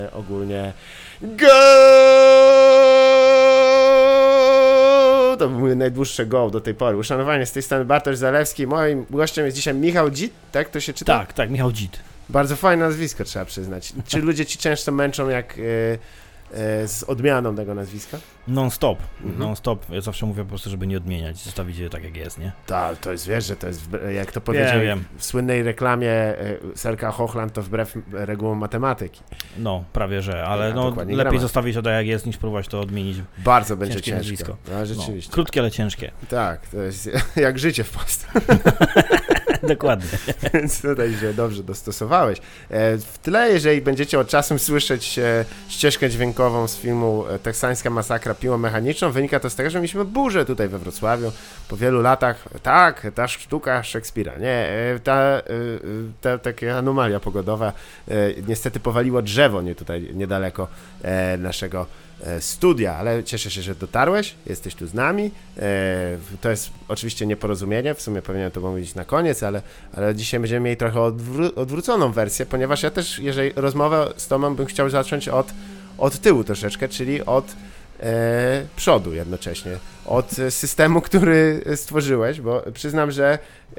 Ogólnie go! To był mój najdłuższy go do tej pory. Uszanowanie z tej strony Bartosz Zalewski. Moim gościem jest dzisiaj Michał Dzit, tak to się czyta? Tak, Michał Dzit. Bardzo fajne nazwisko, trzeba przyznać. Czy ludzie ci często męczą z odmianą tego nazwiska? Non-stop. Non-stop. Ja zawsze mówię po prostu, żeby nie odmieniać, zostawić je tak jak jest, nie? Tak, to jest, wiesz, że to jest, jak to powiedział w słynnej reklamie Serka Hochland, to wbrew regułom matematyki. No, prawie że, ale lepiej zostawić to tak jak jest, niż próbować to odmienić. Bardzo będzie ciężko. No, rzeczywiście. No, krótkie, ale ciężkie. Tak, to jest jak życie w Polsce. Dokładnie. Więc tutaj się dobrze dostosowałeś. W tle, jeżeli będziecie od czasem słyszeć ścieżkę dźwiękową z filmu Teksańska masakra piłą mechaniczną, wynika to z tego, że mieliśmy burzę tutaj we Wrocławiu po wielu latach. Tak, ta sztuka Szekspira, nie, ta taka anomalia pogodowa niestety powaliło drzewo niedaleko naszego studia, ale cieszę się, że dotarłeś, jesteś tu z nami. To jest oczywiście nieporozumienie, w sumie powinienem to mówić na koniec, ale dzisiaj będziemy mieli trochę odwróconą wersję, ponieważ ja też, jeżeli rozmowę z tobą bym chciał zacząć od tyłu troszeczkę, czyli od przodu jednocześnie, od systemu, który stworzyłeś, bo przyznam, że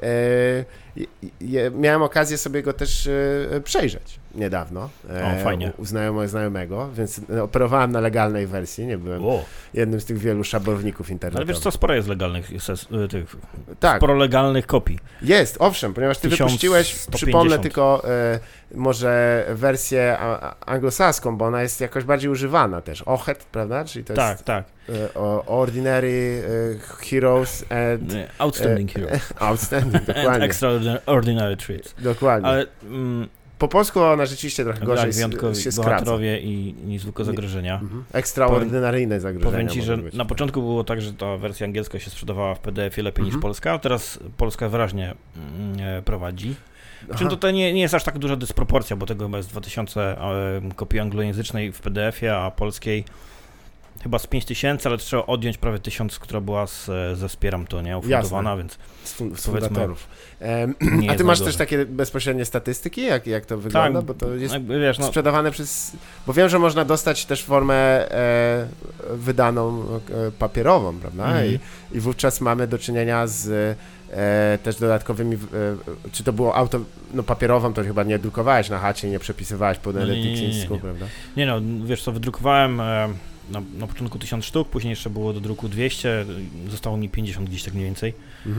miałem okazję sobie go też przejrzeć niedawno fajnie. U znajomego, więc operowałem na legalnej wersji, nie byłem jednym z tych wielu szabrowników internetowych. Ale wiesz co, sporo jest legalnych, tak. Sporo legalnych kopii. Jest, owszem, ponieważ ty wypuściłeś, przypomnę tylko może wersję anglosaską, bo ona jest jakoś bardziej używana też. Ohet, prawda? Czyli to jest tak. Ordinary Heroes and... Outstanding Heroes. Outstanding, dokładnie. And Extraordinary Treats. Dokładnie. Ale... po polsku ona rzeczywiście trochę gorzej wyjątkowi się skraca. Bohaterowie i niezwykłe zagrożenia. Ekstraordynaryjne zagrożenia. Powiem ci, że na początku było tak, że ta wersja angielska się sprzedawała w PDF-ie lepiej niż polska, a teraz Polska wyraźnie prowadzi. Przy czym to nie jest aż tak duża dysproporcja, bo tego chyba jest 2000 kopii anglojęzycznej w PDF-ie, a polskiej chyba z 5000, ale trzeba odjąć prawie 1000, która była ze Wspieram to, nie? Ufundowana, więc z fundatorów. A ty masz masz też takie bezpośrednie statystyki, jak to wygląda? Tak, bo to jest wiesz, sprzedawane przez... Bo wiem, że można dostać też formę wydaną papierową, prawda? I wówczas mamy do czynienia z też dodatkowymi, czy to było papierową, to chyba nie drukowałeś na chacie i nie przepisywałeś po Analyticsku, prawda? Nie no, wiesz co, wydrukowałem na początku 1000 sztuk, później jeszcze było do druku 200, zostało mi 50 gdzieś tak mniej więcej.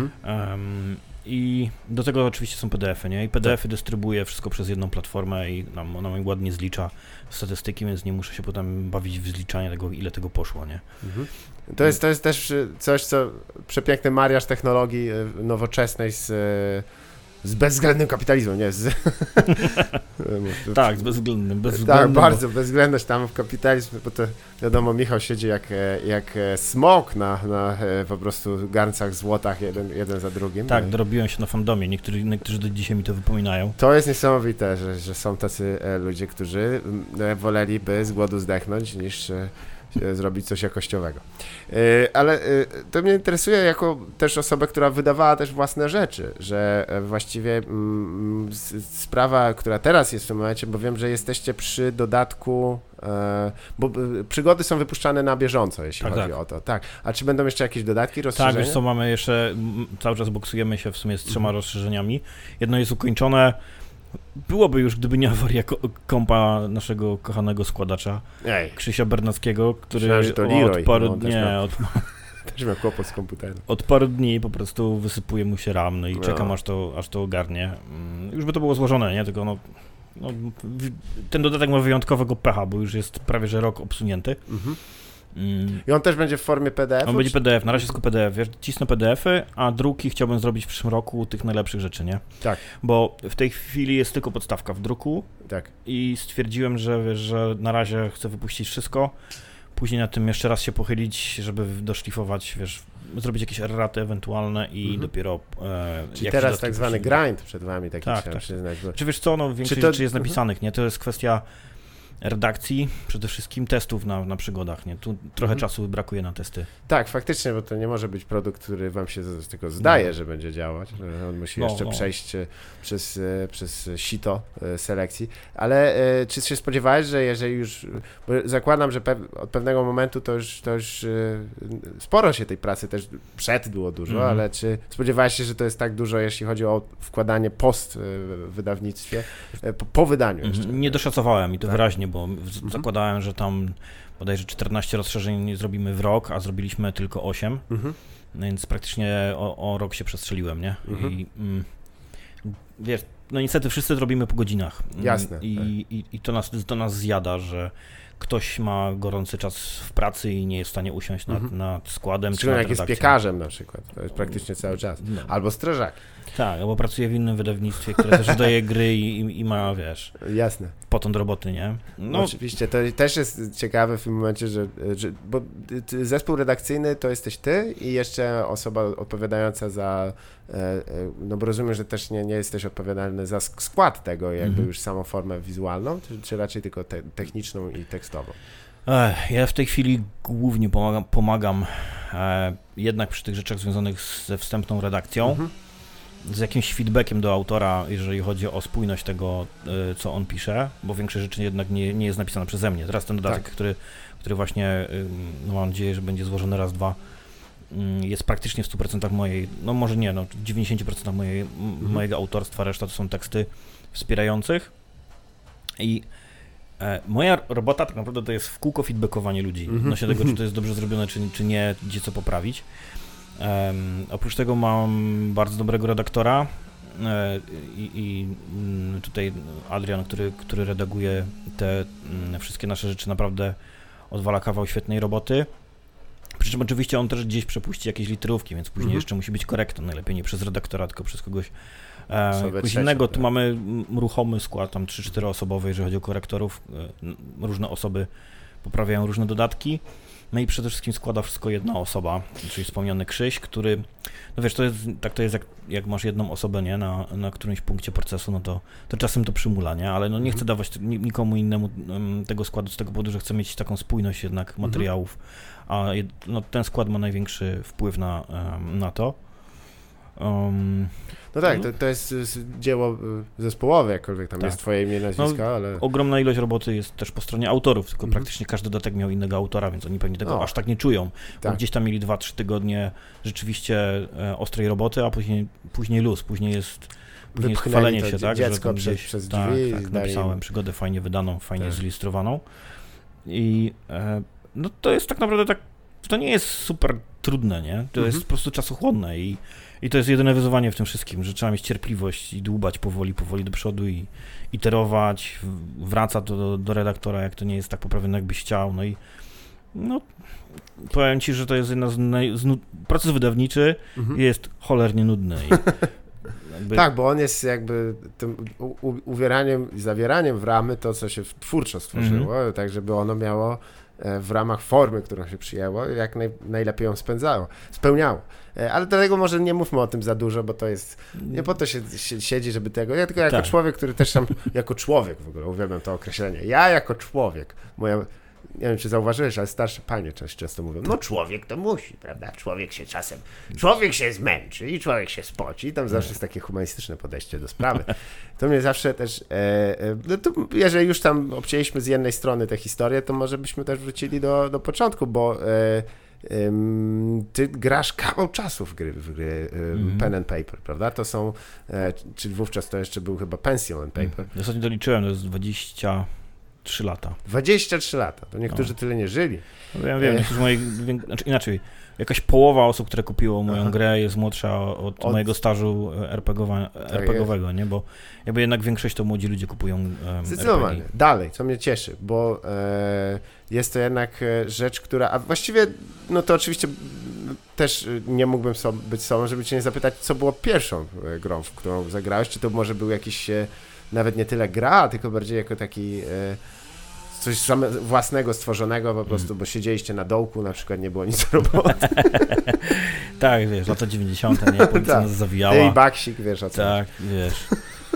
I do tego oczywiście są PDF-y, nie? I PDF-y dystrybuuje wszystko przez jedną platformę i ona mi ładnie zlicza statystyki, więc nie muszę się potem bawić w zliczanie tego, ile tego poszło, nie? To jest też coś, co przepiękny mariaż technologii nowoczesnej z bezwzględnym kapitalizmem, nie? Tak, z bezwzględnym. Tak, bardzo bezwzględność tam w kapitalizm, bo to wiadomo, Michał siedzi jak smok na po prostu garncach złotach jeden za drugim. Tak, dorobiłem się na fandomie, niektórzy do dzisiaj mi to wypominają. To jest niesamowite, że są tacy ludzie, którzy woleliby z głodu zdechnąć niż zrobić coś jakościowego. Ale to mnie interesuje jako też osobę, która wydawała też własne rzeczy, że właściwie sprawa, która teraz jest w tym momencie, bo wiem, że jesteście przy dodatku, bo przygody są wypuszczane na bieżąco, jeśli chodzi o to. Tak. A czy będą jeszcze jakieś dodatki, rozszerzenia? Tak, wiesz co, mamy jeszcze, cały czas boksujemy się w sumie z 3 rozszerzeniami. Jedno jest ukończone. Byłoby już, gdyby nie awaria kompa naszego kochanego składacza, Krzysia Bernackiego, który od paru dni... Też miał kłopot z komputerem. Od paru dni po prostu wysypuje mu się RAM, no i czekam aż to ogarnie. Już by to było złożone, nie? Tylko ten dodatek ma wyjątkowego pecha, bo już jest prawie że rok obsunięty. I on też będzie w formie PDF? On będzie PDF, na razie tylko PDF, wiesz, cisnę PDF-y, a druki chciałbym zrobić w przyszłym roku tych najlepszych rzeczy, nie? Tak. Bo w tej chwili jest tylko podstawka w druku i stwierdziłem, że na razie chcę wypuścić wszystko, później na tym jeszcze raz się pochylić, żeby doszlifować, wiesz, zrobić jakieś erraty ewentualne i dopiero... Czyli teraz tak zwany grind przed wami, taki tak, trzeba przyznać. Bo... Czy wiesz co, większość rzeczy jest napisanych, nie? To jest kwestia redakcji, przede wszystkim testów na przygodach, nie? Tu trochę czasu brakuje na testy. Tak, faktycznie, bo to nie może być produkt, który wam się tylko zdaje, że będzie działać. On musi jeszcze przejść przez sito selekcji. Ale czy się spodziewałeś, że jeżeli już, bo zakładam, że od pewnego momentu to już sporo się tej pracy też było dużo, ale czy spodziewałeś się, że to jest tak dużo, jeśli chodzi o wkładanie post w wydawnictwie, po wydaniu jeszcze? Nie doszacowałem i to wyraźnie, bo zakładałem, że tam bodajże 14 rozszerzeń zrobimy w rok, a zrobiliśmy tylko 8, więc praktycznie o rok się przestrzeliłem, nie? I wiesz, no niestety wszyscy robimy po godzinach. Jasne. I to nas zjada, że ktoś ma gorący czas w pracy i nie jest w stanie usiąść nad składem. Czy jak jest piekarzem na przykład, to jest praktycznie cały czas. No. Albo strażak. Tak, albo pracuje w innym wydawnictwie, które też wydaje gry i ma, wiesz, jasne, potąd roboty, nie? No oczywiście, to też jest ciekawe w tym momencie, że bo zespół redakcyjny to jesteś ty i jeszcze osoba odpowiadająca za, no bo rozumiem, że też nie jesteś odpowiedzialny za skład tego, jakby już samą formę wizualną, czy raczej tylko techniczną i tekstową? Ja w tej chwili głównie pomagam jednak przy tych rzeczach związanych ze wstępną redakcją, z jakimś feedbackiem do autora, jeżeli chodzi o spójność tego, co on pisze, bo większość rzeczy jednak nie jest napisane przeze mnie. Teraz ten dodatek, który właśnie, no mam nadzieję, że będzie złożony raz, dwa, jest praktycznie w 100% mojej, no może nie, no w 90% mojego autorstwa, reszta to są teksty wspierających i moja robota tak naprawdę to jest w kółko feedbackowanie ludzi odnośnie tego, czy to jest dobrze zrobione, czy nie, gdzie co poprawić. Oprócz tego mam bardzo dobrego redaktora i tutaj Adrian, który redaguje te wszystkie nasze rzeczy, naprawdę odwala kawał świetnej roboty. Przy czym oczywiście on też gdzieś przepuści jakieś literówki, więc później jeszcze musi być korekta, najlepiej nie przez redaktora, tylko przez kogoś innego. Tu mamy ruchomy skład, tam 3-4 osobowy, jeżeli chodzi o korektorów. Różne osoby poprawiają różne dodatki. No i przede wszystkim składa wszystko jedna osoba, czyli wspomniany Krzyś, który, no wiesz, to jest jak masz jedną osobę, nie, na którymś punkcie procesu, no to czasem to przymula, nie, ale no nie chcę dawać nikomu innemu tego składu z tego powodu, że chcę mieć taką spójność jednak materiałów, a no, ten skład ma największy wpływ na to. No tak, to jest dzieło zespołowe, jakkolwiek tam jest twoje imię, nazwisko, ale... Ogromna ilość roboty jest też po stronie autorów, tylko praktycznie każdy dodatek miał innego autora, więc oni pewnie tego aż tak nie czują. Bo gdzieś tam mieli 2-3 tygodnie rzeczywiście ostrej roboty, a później luz, później jest chwalenie się, tak? Dziecko że gdzieś, przez drzwi. Tak, napisałem przygodę fajnie wydaną, fajnie zilustrowaną. I no to jest tak naprawdę tak, to nie jest super trudne, nie? To jest po prostu czasochłonne i to jest jedyne wyzwanie w tym wszystkim, że trzeba mieć cierpliwość i dłubać powoli do przodu i iterować, wraca to do redaktora, jak to nie jest tak poprawione, jakbyś chciał, no i no, powiem ci, że to jest jedna proces wydawniczy jest cholernie nudny. Tak, bo on jest jakby tym uwieraniem i zawieraniem w ramy to, co się twórczo stworzyło, tak żeby ono miało w ramach formy, którą się przyjęło, jak najlepiej ją spełniało. Ale dlatego może nie mówmy o tym za dużo, bo to jest, nie po to się siedzi, żeby tego, ja tylko jako człowiek, który też tam, jako człowiek w ogóle, uwielbiam to określenie, ja jako człowiek, nie wiem, czy zauważyłeś, ale starsze panie często mówią, no człowiek to musi, prawda, człowiek się zmęczy i człowiek się spoci, tam zawsze jest takie humanistyczne podejście do sprawy. To mnie zawsze też, no to jeżeli już tam obcięliśmy z jednej strony tę historię, to może byśmy też wrócili do początku, bo ty grasz kawał czasu w gry pen and paper, prawda? To są, czyli wówczas to jeszcze był chyba Pencil and Paper. Ostatnio doliczyłem, to jest 23 lata. 23 lata, to niektórzy tyle nie żyli. No, ja wiem, znaczy inaczej, jakaś połowa osób, które kupiło moją grę jest młodsza od mojego stażu RPG-owego, nie? Bo jakby jednak większość to młodzi ludzie kupują zdecydowanie. RPG. Dalej, co mnie cieszy, bo jest to jednak rzecz, która, a właściwie, no to oczywiście też nie mógłbym być sobą, żeby cię nie zapytać, co było pierwszą grą, w którą zagrałeś, czy to może był jakiś nawet nie tyle gra, tylko bardziej jako taki coś własnego, stworzonego po prostu, bo siedzieliście na dołku, na przykład nie było nic roboty. Tak, wiesz, lata 90, nie? Policja nas zawijała. Ty i baksik, wiesz o co. Tak, wiesz.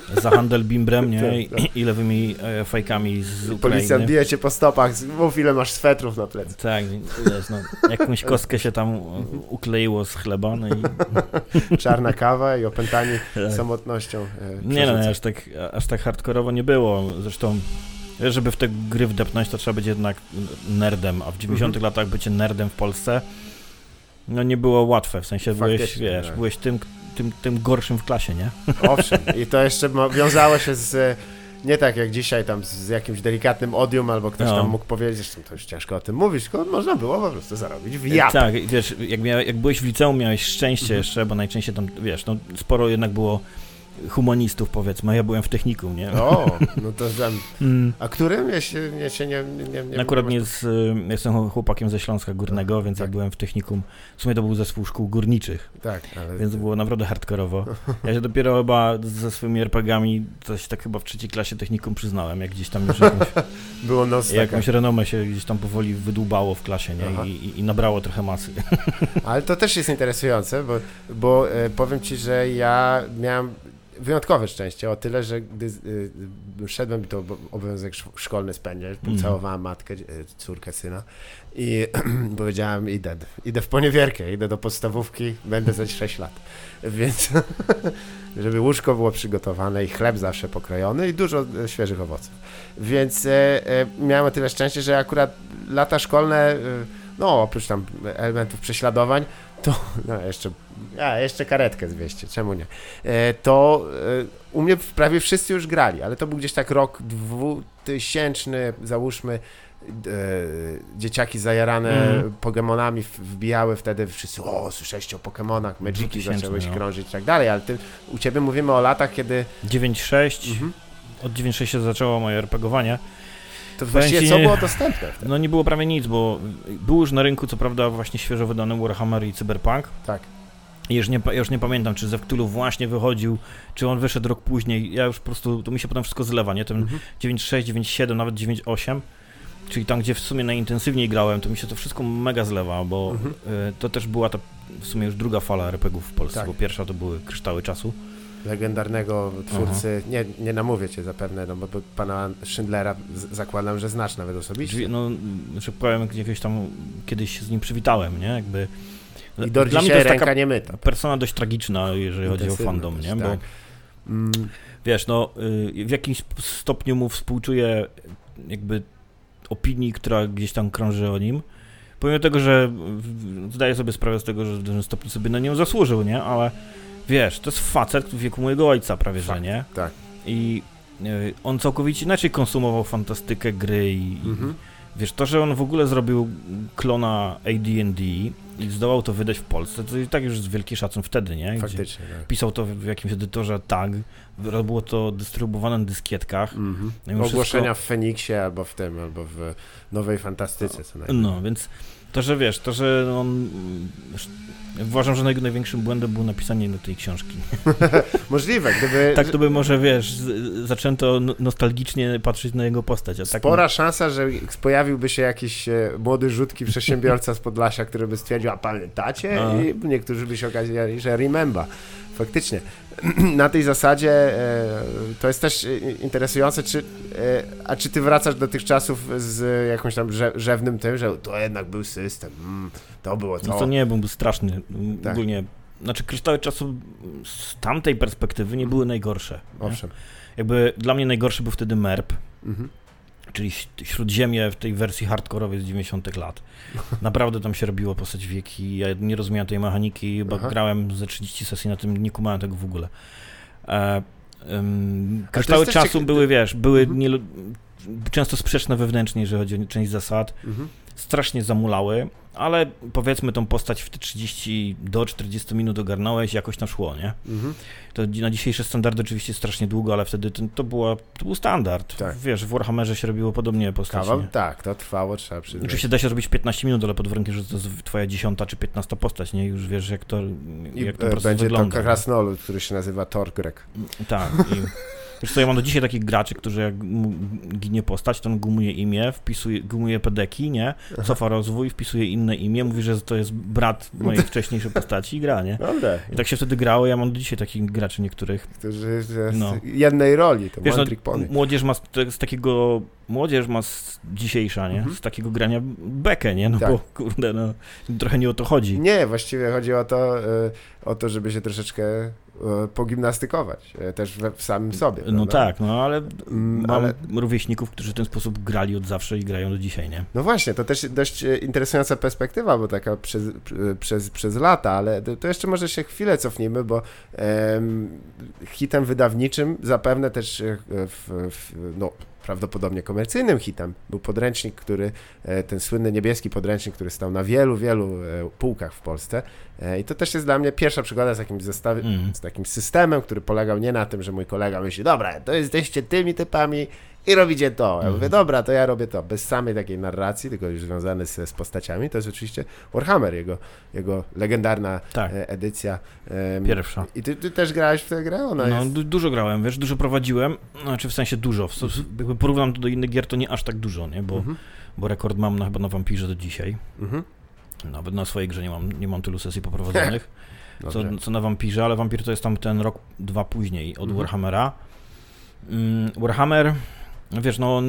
za handel bimbrem, nie? I lewymi fajkami z Ukrainy. Policja bije cię po stopach, mów ile masz swetrów na plecy. Tak, wiesz, no, jakąś kostkę się tam ukleiło z chleba, no i... Czarna kawa i opętani samotnością. Nie no, aż tak hardkorowo nie było. Zresztą, żeby w te gry wdepnąć, to trzeba być jednak nerdem, a w 90 latach bycie nerdem w Polsce no nie było łatwe, w sensie byłeś, wiesz, tak. Byłeś tym gorszym w klasie, nie? Owszem, i to jeszcze wiązało się z, nie tak jak dzisiaj tam z jakimś delikatnym odium, albo ktoś tam mógł powiedzieć, zresztą to już ciężko o tym mówić, tylko można było po prostu zarobić w jad. Tak, wiesz, jak byłeś w liceum, miałeś szczęście jeszcze, bo najczęściej tam, wiesz, no sporo jednak było humanistów, powiedzmy, a ja byłem w technikum, nie? O, no to tam... A którym? Ja się nie akurat jestem chłopakiem ze Śląska Górnego, więc jak byłem w technikum, w sumie to był zespół szkół górniczych, więc było naprawdę hardkorowo. Ja się dopiero chyba ze swoimi RPG-ami, coś tak chyba w trzeciej klasie technikum przyznałem, jak gdzieś tam już było jakąś renomę się gdzieś tam powoli wydłubało w klasie, nie? I nabrało trochę masy. Ale to też jest interesujące, bo powiem ci, że ja miałem wyjątkowe szczęście, o tyle, że gdy szedłem, to obowiązek szkolny spędzić, całowałem matkę, córkę, syna i powiedziałem, idę w poniewierkę, idę do podstawówki, będę za 6 lat, więc żeby łóżko było przygotowane i chleb zawsze pokrojony i dużo świeżych owoców, więc miałem o tyle szczęście, że akurat lata szkolne, no oprócz tam elementów prześladowań, to jeszcze karetkę zwieście, czemu nie? To u mnie prawie wszyscy już grali, ale to był gdzieś tak rok 2000, załóżmy, dzieciaki zajarane Pokemonami wbijały wtedy wszyscy, słyszeliście o Pokemonach, Magiki zaczęły się krążyć i tak dalej, ale u ciebie mówimy o latach, kiedy... 9.6, od 9.6 się zaczęło moje RPGowanie. To właściwie co było dostępne wtedy? No nie było prawie nic, bo był już na rynku, co prawda, właśnie świeżo wydany Warhammer i Cyberpunk. Tak. I już nie pamiętam, czy ze Cthulhu właśnie wychodził, czy on wyszedł rok później. Ja już po prostu, to mi się potem wszystko zlewa, nie? Ten 9.6, 9.7, nawet 9.8, czyli tam, gdzie w sumie najintensywniej grałem, to mi się to wszystko mega zlewa, bo to też była ta w sumie już druga fala RPG-ów w Polsce, bo pierwsza to były Kryształy Czasu. Legendarnego twórcy, nie namówię cię zapewne, no bo pana Schindlera zakładam, że znasz nawet osobiście. No, że powiem, jakieś tam kiedyś z nim przywitałem, nie? Jakby... I do dla dzisiaj mnie to jest ręka taka nie myta. persona dość tragiczna, jeżeli chodzi o fandom, nie? Bo wiesz, no w jakimś stopniu mu współczuję jakby opinii, która gdzieś tam krąży o nim, pomimo tego, że zdaję sobie sprawę z tego, że w dużym stopniu sobie na nią zasłużył, nie? Ale wiesz, to jest facet w wieku mojego ojca prawie, że nie? Tak. I on całkowicie inaczej konsumował fantastykę, gry i wiesz, to, że on w ogóle zrobił klona AD&D i zdołał to wydać w Polsce, to i tak już jest wielki szacun wtedy, nie? Faktycznie, tak. Pisał to w jakimś edytorze TAG, było to dystrybuowane na dyskietkach. Ogłoszenia w Feniksie albo w tym, albo w Nowej Fantastyce. Co najmniej. No, więc to, że wiesz, to, że on... Uważam, że największym błędem było napisanie tej książki. Możliwe, gdyby... Tak to by może, wiesz, zaczęto nostalgicznie patrzeć na jego postać. A spora szansa, że pojawiłby się jakiś młody, rzutki przedsiębiorca z Podlasia, który by stwierdził, a pamiętacie? I niektórzy by się okazali, że remember. Faktycznie. Na tej zasadzie to jest też interesujące, czy ty wracasz do tych czasów z jakąś tam rzewnym tym, że to jednak był system, to było to. No to nie, był straszny. Tak. Ogólnie, znaczy Kryształy Czasu z tamtej perspektywy nie były najgorsze. Owszem. Jakby dla mnie najgorszy był wtedy MERP, czyli Śródziemie w tej wersji hardkorowej z 90 lat. Naprawdę tam się robiło postać wieki, ja nie rozumiałem tej mechaniki, bo grałem ze 30 sesji na tym, nie kumałem tego w ogóle. Kryształy Czasu były, wiesz, często sprzeczne wewnętrznie, jeżeli chodzi o część zasad. Strasznie zamulały, ale powiedzmy tą postać w te 30 do 40 minut ogarnąłeś, jakoś tam szło, nie? To na dzisiejsze standardy oczywiście strasznie długo, ale wtedy to był standard. Tak. Wiesz, w Warhammerze się robiło podobnie postaci. Tak, to trwało, trzeba przyznać. Oczywiście da się zrobić 15 minut, ale pod warunkiem, że to jest twoja 10. czy 15 postać, nie? Już wiesz, jak to proces będzie wygląda. Będzie to krasnolud, który się nazywa Torgrek. Tak. Wiesz co, ja mam do dzisiaj takich graczy, którzy jak ginie postać, to on gumuje imię, gumuje pedeki, nie? Cofa rozwój, wpisuje inne imię, mówi, że to jest brat mojej wcześniejszej postaci i gra, nie? Dobre. I tak się wtedy grało, ja mam do dzisiaj takich graczy niektórych. Którzy z jednej roli, to one trick pony. Młodzież ma dzisiejsza, nie? Z takiego grania bekę, nie? No tak. Bo kurde, no trochę nie o to chodzi. Nie, właściwie chodzi o to, żeby się troszeczkę pogimnastykować, też w samym sobie. No prawda? Tak, no ale mam rówieśników, którzy w ten sposób grali od zawsze i grają do dzisiaj, nie? No właśnie, to też dość interesująca perspektywa, bo taka przez lata, ale to jeszcze może się chwilę cofnijmy, bo hitem wydawniczym zapewne też prawdopodobnie komercyjnym hitem był podręcznik, ten słynny niebieski podręcznik, który stał na wielu półkach w Polsce. I to też jest dla mnie pierwsza przygoda z jakimś zestawem, z takim systemem, który polegał nie na tym, że mój kolega myśli, dobra, to jesteście tymi typami i robicie to. Ja mówię, dobra, to ja robię to. Bez samej takiej narracji, tylko już związane z postaciami. To jest oczywiście Warhammer, jego legendarna edycja. Pierwsza. I ty też grałeś w tę grę? Dużo grałem, wiesz, dużo prowadziłem, znaczy w sensie dużo. Jakby porównam to do innych gier, to nie aż tak dużo, nie? Bo rekord mam chyba na Vampirze do dzisiaj. Nawet na swojej grze nie mam tylu sesji poprowadzonych, co na Vampirze, ale Vampir to jest tam ten rok, 2 później od Warhammera. Warhammer, wiesz, no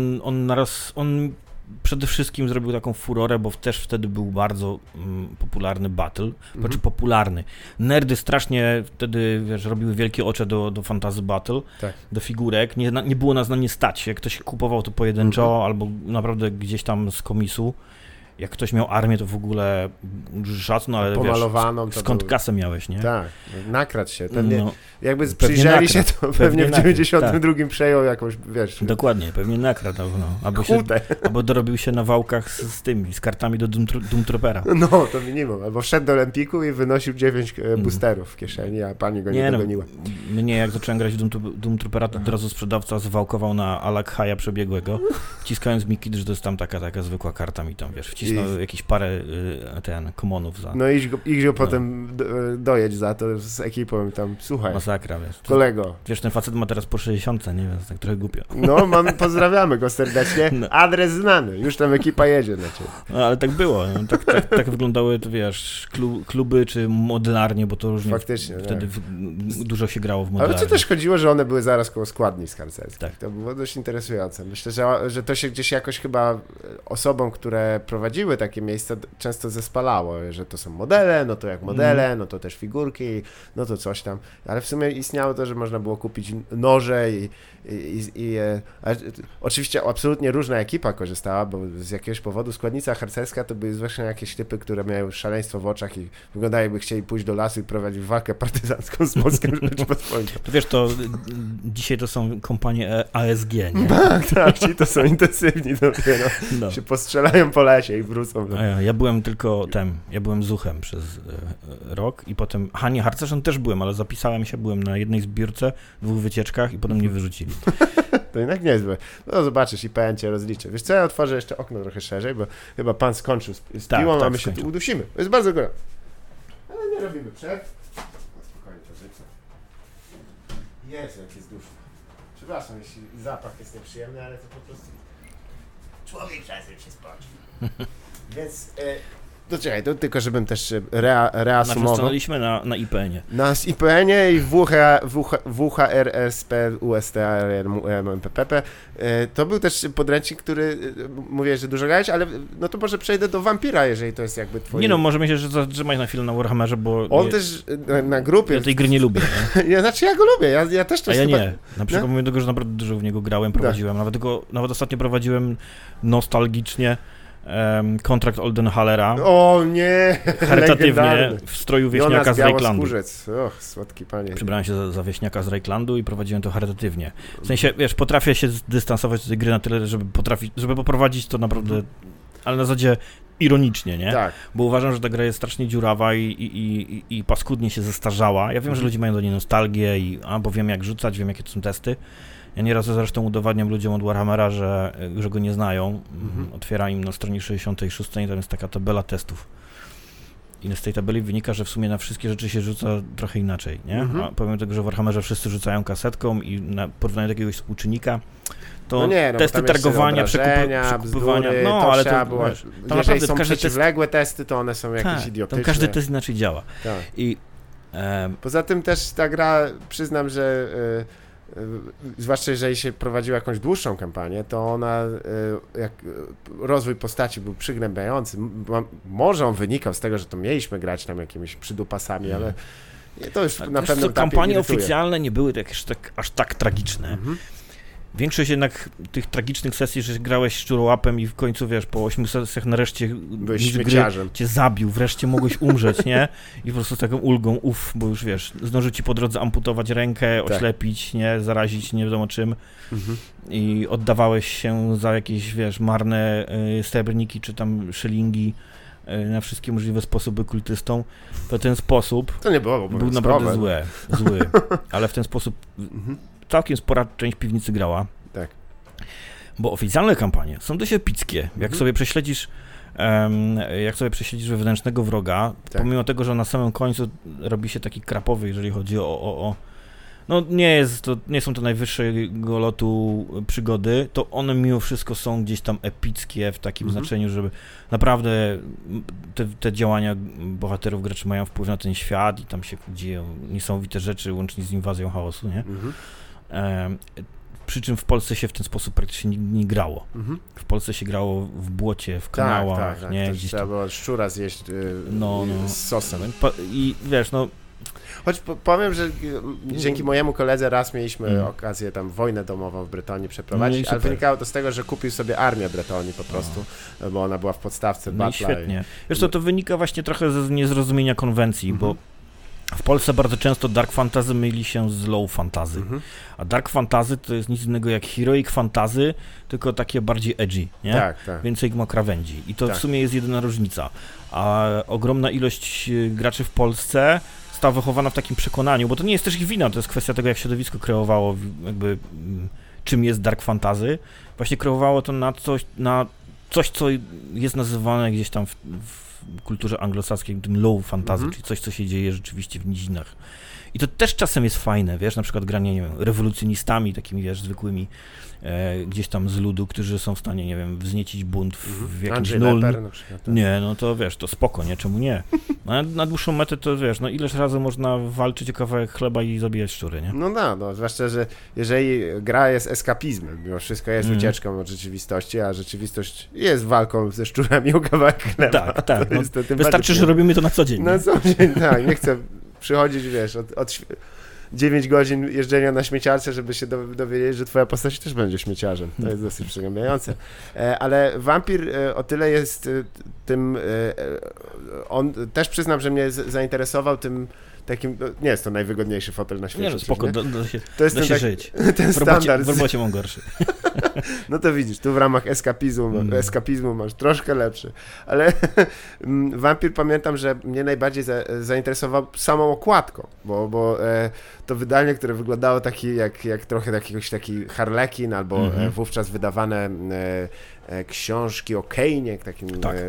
on przede wszystkim zrobił taką furorę, bo też wtedy był bardzo popularny battle, znaczy popularny. Nerdy strasznie wtedy, wiesz, robiły wielkie oczy do Fantasy Battle, do figurek, nie było nas na nie stać, jak ktoś kupował to pojedynczo, albo naprawdę gdzieś tam z komisu. Jak ktoś miał armię, to w ogóle szacun, ale pomalowaną, wiesz, skąd kasę miałeś, nie? Tak, nakradł się. Pewnie, jakby przyjrzeli się, to pewnie w 92 przejął jakąś, wiesz... Dokładnie, pewnie nakradł. Albo dorobił się na wałkach z kartami do Doom Troopera. No, to minimum. Albo wszedł do Empiku i wynosił 9 boosterów w kieszeni, a pani go nie dogoniła. Mnie jak zacząłem grać w Doom Troopera, to od razu sprzedawca zwałkował na Alak-Haja przebiegłego, wciskając mi kit, że to jest tam taka zwykła karta mi tam, wiesz, jakieś parę komonów za... No idź go potem dojedź za to z ekipą i tam, słuchaj. Masakra, wiesz. Kolego. Wiesz, ten facet ma teraz po 60, nie wiem, tak trochę głupio. No, pozdrawiamy go serdecznie. Adres znany, już tam ekipa jedzie na ciebie. No, ale tak było, no, tak wyglądały, to wiesz, kluby czy modelarnie, bo to różnie faktycznie, wtedy dużo się grało w modelarni. Ale to też chodziło, że one były zaraz koło składni harcerskich. Tak. To było dość interesujące. Myślę, że to się gdzieś jakoś chyba osobom, które prowadziły takie miejsca, często zespalało, że to są modele, no to jak modele, no to też figurki, no to coś tam. Ale w sumie istniało to, że można było kupić noże oczywiście absolutnie różna ekipa korzystała, bo z jakiegoś powodu składnica harcerska to były zwłaszcza jakieś typy, które miały szaleństwo w oczach i wyglądały, jakby chcieli pójść do lasu i prowadzić walkę partyzancką z Polską Rzeczpospolitą. To wiesz, to dzisiaj to są kompanie ASG, nie? Tak, ci to są intensywni dopiero. No. Się postrzelają po lesie i wrócą. Ja byłem ja byłem zuchem przez rok i potem, nie, harcerzem też byłem, ale zapisałem się, byłem na jednej zbiórce, 2 wycieczkach i potem mnie wyrzucili. To jednak niezłe. No zobaczysz, IPN cię rozliczy. Wiesz co, ja otworzę jeszcze okno trochę szerzej, bo chyba pan skończył z piłą, a my się tu udusimy. To jest bardzo gorąco. Ale nie robimy przerw. Spokojnie, to życie. Jezu, jak jest duszno. Przepraszam, jeśli zapach jest nieprzyjemny, ale to po prostu człowiek czasem się spoczy. Więc... To czekaj, to tylko żebym też reasumował. Stanęliśmy na IPN-ie. Na IPN-ie i WHRSP, USTRMPP. To był też podręcznik, który mówiłeś, że dużo grałeś, ale no to może przejdę do Vampira, jeżeli to jest jakby twoje... Nie no, możemy się zatrzymać na chwilę na Warhammerze, bo... On też na grupie... Ja tej gry nie lubię. Nie? Znaczy ja go lubię, ja też to ja nie. Na przykład mówię tego, że naprawdę dużo w niego grałem, prowadziłem. Nawet ostatnio prowadziłem nostalgicznie kontrakt Oldenhallera. O nie! Charytatywnie w stroju wieśniaka z Reiklandu. Och, słodki panie. Przybrałem się za wieśniaka z Reiklandu i prowadziłem to charytatywnie. W sensie, wiesz, potrafię się zdystansować od tej gry na tyle, żeby poprowadzić to naprawdę, ale na zasadzie ironicznie, nie? Tak. Bo uważam, że ta gra jest strasznie dziurawa i paskudnie się zestarzała. Ja wiem, że ludzie mają do niej nostalgię bo wiem jak rzucać, wiem jakie to są testy. Ja nieraz zresztą udowadniam ludziom od Warhammera, że go nie znają. Otwieram im na stronie 66, tam jest taka tabela testów. I z tej tabeli wynika, że w sumie na wszystkie rzeczy się rzuca trochę inaczej, nie? A pomimo tego, że w Warhammerze wszyscy rzucają kasetką i na porównaniu do jakiegoś współczynnika, to testy targowania, przekupywania, ale to było, jeżeli są przeciwległe testy, to one są jakieś idiotyczne. Tam każdy test inaczej działa. Tak. I poza tym też ta gra, przyznam, że zwłaszcza jeżeli się prowadziła jakąś dłuższą kampanię, to ona, jak rozwój postaci był przygnębiający. Może on wynikał z tego, że to mieliśmy grać tam jakimiś przydupasami, ale to już na pewno kampanie oficjalne nie były aż tak tragiczne. Większość jednak tych tragicznych sesji, że grałeś szczurołapem i w końcu, wiesz, po 8 sesjach nareszcie byłeś śmieciarzem. Cię zabił, wreszcie mogłeś umrzeć, nie? I po prostu z taką ulgą, bo już, wiesz, zdążył ci po drodze amputować rękę, oślepić, nie? Zarazić nie wiadomo czym. I oddawałeś się za jakieś, wiesz, marne srebrniki czy tam szylingi na wszystkie możliwe sposoby kultystom. To ten sposób to nie było był naprawdę zły. Ale w ten sposób całkiem spora część piwnicy grała. Tak. Bo oficjalne kampanie są dość epickie. Jak sobie prześledzisz wewnętrznego wroga, pomimo tego, że na samym końcu robi się taki krapowy, jeżeli chodzi o no nie są to najwyższego lotu przygody, to one mimo wszystko są gdzieś tam epickie w takim znaczeniu, żeby naprawdę te działania bohaterów graczy mają wpływ na ten świat i tam się dzieją niesamowite rzeczy, łącznie z inwazją chaosu, nie? Przy czym w Polsce się w ten sposób praktycznie nie grało. W Polsce się grało w błocie, w kanałach, tak, nie? To gdzieś trzeba było szczura zjeść z sosem. I wiesz, choć powiem, że dzięki mojemu koledze raz mieliśmy okazję tam wojnę domową w Bretonii przeprowadzić, ale wynikało to z tego, że kupił sobie armię Bretonii po prostu, bo ona była w podstawce Batla. Świetnie. Wiesz co, to wynika właśnie trochę ze niezrozumienia konwencji, bo w Polsce bardzo często Dark Fantasy myli się z Low Fantasy, a Dark Fantasy to jest nic innego jak Heroic Fantasy, tylko takie bardziej edgy, nie? Tak. Więcej ma krawędzi i to w sumie jest jedyna różnica, a ogromna ilość graczy w Polsce została wychowana w takim przekonaniu, bo to nie jest też ich wina, to jest kwestia tego, jak środowisko kreowało jakby czym jest Dark Fantasy, właśnie kreowało to na coś, co jest nazywane gdzieś tam w kulturze anglosaskiej tym low fantasy, czyli coś, co się dzieje rzeczywiście w nizinach. I to też czasem jest fajne, wiesz, na przykład granie, nie wiem, rewolucjonistami, takimi, wiesz, zwykłymi gdzieś tam z ludu, którzy są w stanie, nie wiem, wzniecić bunt w jakimś na przykład. Nie, no to wiesz, to spoko, nie? Czemu nie? Na dłuższą metę to, wiesz, no ileż razy można walczyć o kawałek chleba i zabijać szczury, nie? No, zwłaszcza, że jeżeli gra jest eskapizmem, mimo wszystko jest ucieczką od rzeczywistości, a rzeczywistość jest walką ze szczurami o kawałek chleba. Tak. No, wystarczy, że robimy to na co dzień. Na co dzień, tak. Nie chcę przychodzić, wiesz, od 9 godzin jeżdżenia na śmieciarce, żeby się dowiedzieć, że twoja postać też będzie śmieciarzem. To jest dosyć przygnębiające. Ale Wampir o tyle jest tym... On też przyznam, że mnie zainteresował tym takim... Nie jest to najwygodniejszy fotel na świecie. Nie, spoko, to jest da się żyć. Ten standard. W robocie mam gorszy. No to widzisz, tu w ramach eskapizmu masz troszkę lepszy. Ale Wampir, pamiętam, że mnie najbardziej zainteresował samą okładką, bo to wydanie, które wyglądało jak trochę jakiegoś taki Harlekin, albo wówczas wydawane książki o Kane'ie, takim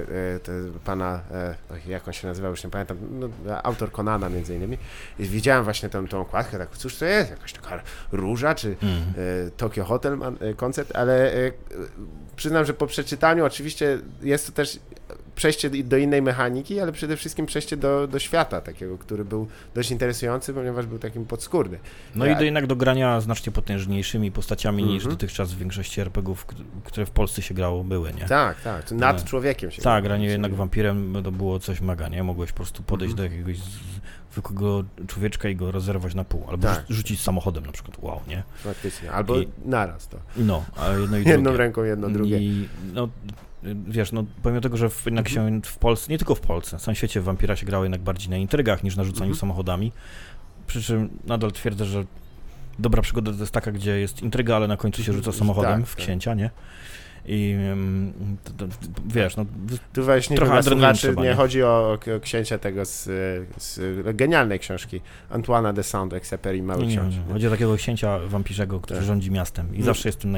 pana, jak on się nazywał, już nie pamiętam, autor Conana między innymi. I widziałem właśnie tą okładkę, tak, cóż to jest, jakaś taka róża, czy Tokyo Hotel koncept, ale przyznam, że po przeczytaniu oczywiście jest to też przejście do innej mechaniki, ale przede wszystkim przejście do świata takiego, który był dość interesujący, ponieważ był takim podskórny. No i jednak do grania znacznie potężniejszymi postaciami niż dotychczas w większości RPG-ów, które w Polsce się grało, były, nie? Tak. Nad człowiekiem się tak, granie jednak wampirem to było coś mega, nie? Mogłeś po prostu podejść do jakiegoś zwykłego człowieczka i go rozerwać na pół, albo rzucić samochodem na przykład, wow, nie? Faktycznie, albo naraz to. No, a jedno i jedną drugie. Ręką, jedno drugie. I wiesz, pomimo tego, że jednak się w Polsce, nie tylko w Polsce, na całym świecie wampira się grało jednak bardziej na intrygach niż na rzucaniu samochodami, przy czym nadal twierdzę, że dobra przygoda to jest taka, gdzie jest intryga, ale na końcu się rzuca samochodem w księcia, nie? I wiesz, tu właśnie trochę słuchaczy nie chodzi o księcia tego z genialnej książki Antoine'a de Saint-Exupéry, Mały Książę. Chodzi o takiego księcia wampirzego, który rządzi miastem i zawsze jest tym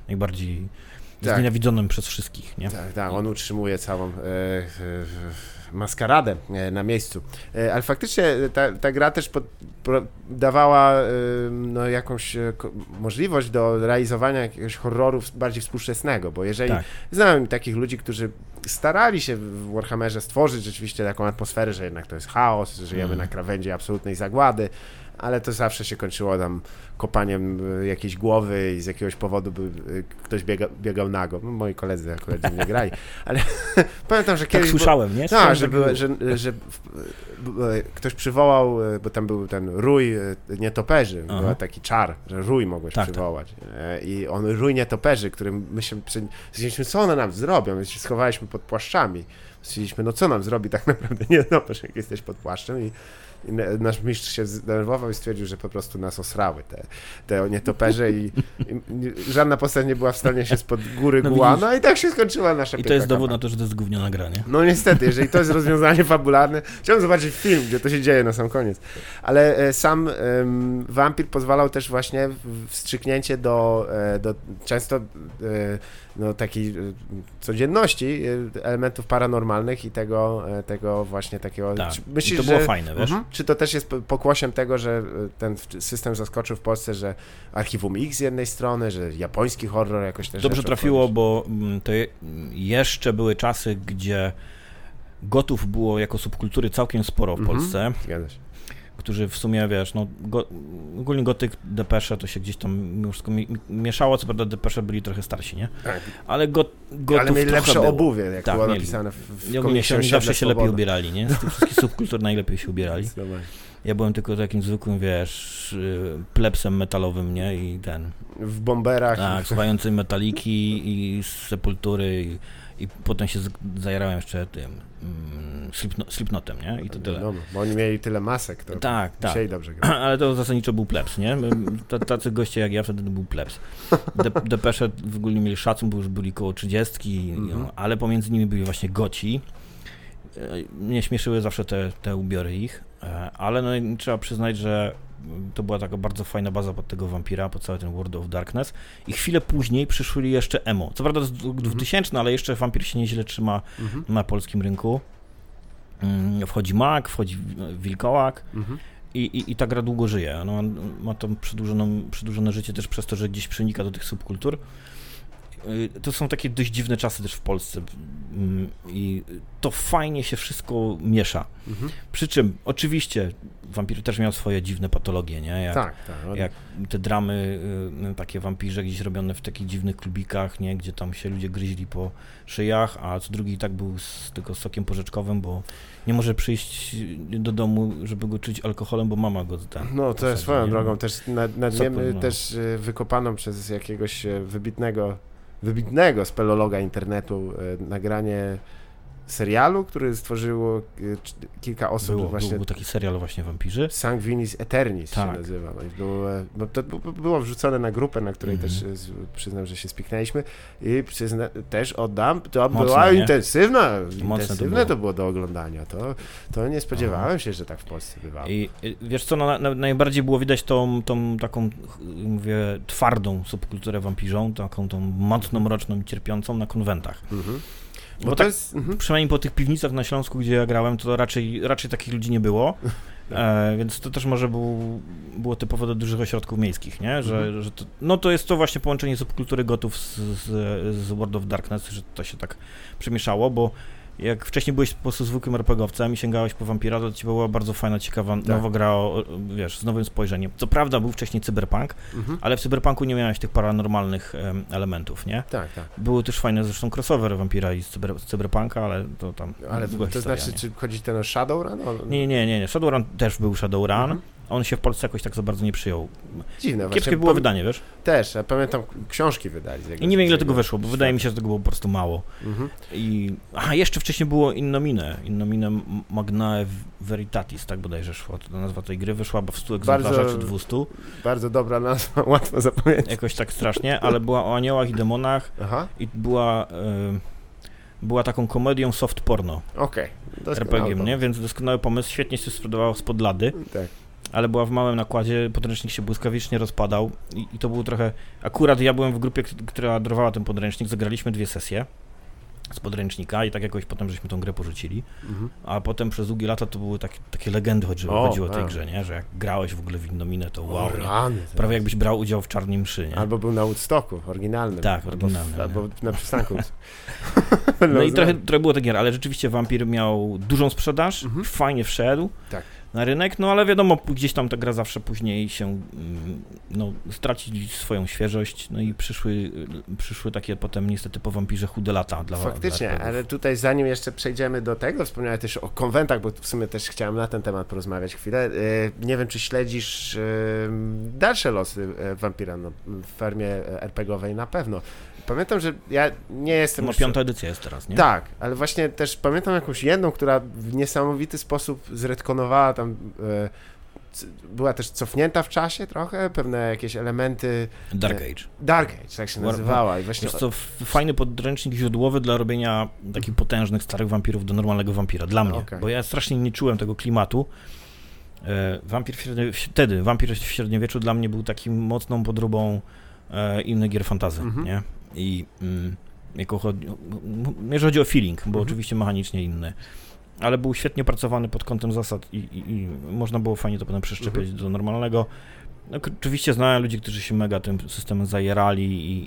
najbardziej znienawidzonym przez wszystkich, nie? Tak, on utrzymuje całą maskaradę na miejscu. Ale faktycznie ta gra też dawała no, jakąś możliwość do realizowania jakiegoś horroru bardziej współczesnego, bo jeżeli znałem takich ludzi, którzy starali się w Warhammerze stworzyć rzeczywiście taką atmosferę, że jednak to jest chaos, że żyjemy na krawędzi absolutnej zagłady, ale to zawsze się kończyło tam kopaniem jakiejś głowy i z jakiegoś powodu ktoś biegał nago. No, moi koledzy akurat nie grali, ale pamiętam, że kiedyś... Tak słyszałem, nie? Tak, że ktoś przywołał, bo tam był ten rój nietoperzy, był taki czar, że rój mogłeś przywołać. I on rój nietoperzy, którym my się stwierdziliśmy, co one nam zrobią? My się schowaliśmy pod płaszczami. Stwierdziliśmy, no co nam zrobi tak naprawdę nietoperz, jak jesteś pod płaszczem i nasz mistrz się zdenerwował i stwierdził, że po prostu nas osrały te nietoperze i żadna postać nie była w stanie się spod góry Gułana i tak się skończyła nasza I to jest dowód na to, że to jest gówniana gra, nie? No niestety, jeżeli to jest rozwiązanie fabularne, chciałem zobaczyć film, gdzie to się dzieje na sam koniec. Ale sam Vampir pozwalał też właśnie wstrzyknięcie do często no, takiej codzienności elementów paranormalnych i tego właśnie takiego... Tak, myślisz, to było fajne, wiesz? Czy to też jest pokłosiem tego, że ten system zaskoczył w Polsce, że Archiwum X z jednej strony, że japoński horror jakoś też... Dobrze trafiło, bo to jeszcze były czasy, gdzie gotów było jako subkultury całkiem sporo w Polsce. Zgadza się. Którzy w sumie, wiesz, no ogólnie gotyk, depesze to się gdzieś tam wszystko mieszało, co prawda depesze byli trochę starsi, nie? Tak. Ale gotów ale mieli lepsze było. obuwie, jak tak, było mieli. napisane w komiksie. Oni zawsze się lepiej ubierali, nie? Z tych wszystkich subkultur najlepiej się ubierali. Ja byłem tylko takim zwykłym, wiesz, plebsem metalowym, nie? I w bomberach. Tak, słuchającym Metaliki i Sepultury i potem się zajarałem jeszcze tym Slipknotem, nie? I to tyle. No, bo oni mieli tyle masek, to musieli dobrze grać. Ale to zasadniczo był plebs, nie? Tacy goście jak ja wtedy był plebs. Depesze w ogóle mieli szacun, bo już byli koło 30, ale pomiędzy nimi byli właśnie goci. Mnie śmieszyły zawsze te ubiory ich, ale no, trzeba przyznać, że to była taka bardzo fajna baza pod tego wampira, pod cały ten World of Darkness i chwilę później przyszły jeszcze emo. Co prawda to jest 2000, ale jeszcze wampir się nieźle trzyma na polskim rynku. Wchodzi Mak, wchodzi Wilkołak i ta gra długo żyje. No, ma to przedłużone życie też przez to, że gdzieś przenika do tych subkultur. To są takie dość dziwne czasy też w Polsce i to fajnie się wszystko miesza. Przy czym oczywiście wampir też miał swoje dziwne patologie, nie? Jak te dramy takie wampirze gdzieś robione w takich dziwnych klubikach, nie? Gdzie tam się ludzie gryźli po szyjach, a co drugi i tak był tylko sokiem porzeczkowym, bo nie może przyjść do domu, żeby go czuć alkoholem, bo mama go da. No to jest swoją drogą też nadmiemy też wykopaną przez jakiegoś wybitnego spelologa internetu nagranie serialu, który stworzyło kilka osób. Był taki serial właśnie Wampirzy. Sanguinis Aeternis się nazywa. Bo to było wrzucone na grupę, na której też przyznam, że się spiknęliśmy i też oddam, to była intensywne to było do oglądania. To nie spodziewałem się, że tak w Polsce bywało. I wiesz co, najbardziej było widać tą taką, mówię, twardą subkulturę wampirzą, taką tą mocno mroczną i cierpiącą na konwentach. Bo tak, przynajmniej po tych piwnicach na Śląsku, gdzie ja grałem, to raczej takich ludzi nie było, więc to też może było typowe do dużych ośrodków miejskich, nie? Że to jest to właśnie połączenie subkultury gotów z World of Darkness, że to się tak przemieszało, bo jak wcześniej byłeś po prostu zwykłym RPGowcem i sięgałeś po Vampira, to ci była bardzo fajna, ciekawa, nowa gra, wiesz, z nowym spojrzeniem. Co prawda był wcześniej cyberpunk, ale w cyberpunku nie miałeś tych paranormalnych elementów, nie? Tak. Były też fajne zresztą crossover Vampira i z cyberpunka, ale to tam... Ale to historia, znaczy, czy chodzi ten o Shadowrun? Nie. Shadowrun też był Shadowrun. On się w Polsce jakoś tak za bardzo nie przyjął. Dziwne. Kiepskie było wydanie, wiesz? Też, ja pamiętam, książki wydali. I nie wiem, ile tego wyszło, bo wydaje mi się, że tego było po prostu mało. Jeszcze wcześniej było Innomine Magnae Veritatis, tak bodajże szło. To nazwa tej gry wyszła w 100 egzemplarzach czy 200. Bardzo dobra nazwa, łatwo zapamiętać. Jakoś tak strasznie, ale była o aniołach i demonach i była taką komedią soft porno. RPG-iem, nie? Więc doskonały pomysł, świetnie się sprzedawało spod lady. Tak. Ale była w małym nakładzie, podręcznik się błyskawicznie rozpadał i to było trochę... Akurat ja byłem w grupie, która drowała ten podręcznik, zagraliśmy 2 sesje. z podręcznika i tak jakoś potem żeśmy tą grę porzucili, a potem przez długie lata to były takie legendy chodziło o tej grze, nie? Że jak grałeś w ogóle w Innominę, to wow, prawie jakbyś brał udział w Czarnej Mszy, nie? Albo był na Woodstocku, oryginalnym. Tak, oryginalnym. Albo na przystanku. No i trochę było tak gier, ale rzeczywiście Vampir miał dużą sprzedaż, fajnie wszedł na rynek, no ale wiadomo, gdzieś tam ta gra zawsze później się straci swoją świeżość, no i przyszły takie potem niestety po Vampirze chude lata dla Faktycznie, ale tutaj zanim jeszcze przejdziemy do tego, wspomniałem też o konwentach, bo w sumie też chciałem na ten temat porozmawiać chwilę. Nie wiem, czy śledzisz dalsze losy Vampira, w formie RPG-owej na pewno. Pamiętam, że ja nie jestem... No 5. edycja jest teraz, nie? Tak, ale właśnie też pamiętam jakąś jedną, która w niesamowity sposób zretkonowała tam... była też cofnięta w czasie trochę, pewne jakieś elementy... Dark Age. Dark Age, tak się nazywała. I właśnie... Jest to fajny podręcznik źródłowy dla robienia takich potężnych, starych wampirów do normalnego wampira. Dla mnie, bo ja strasznie nie czułem tego klimatu. Wampir w średniowieczu dla mnie był takim mocną podróbą innych gier fantasy, nie? I jeżeli chodzi o feeling, bo oczywiście mechanicznie inny, ale był świetnie opracowany pod kątem zasad i można było fajnie to potem przeszczepiać do normalnego. No, oczywiście znałem ludzi, którzy się mega tym systemem zajerali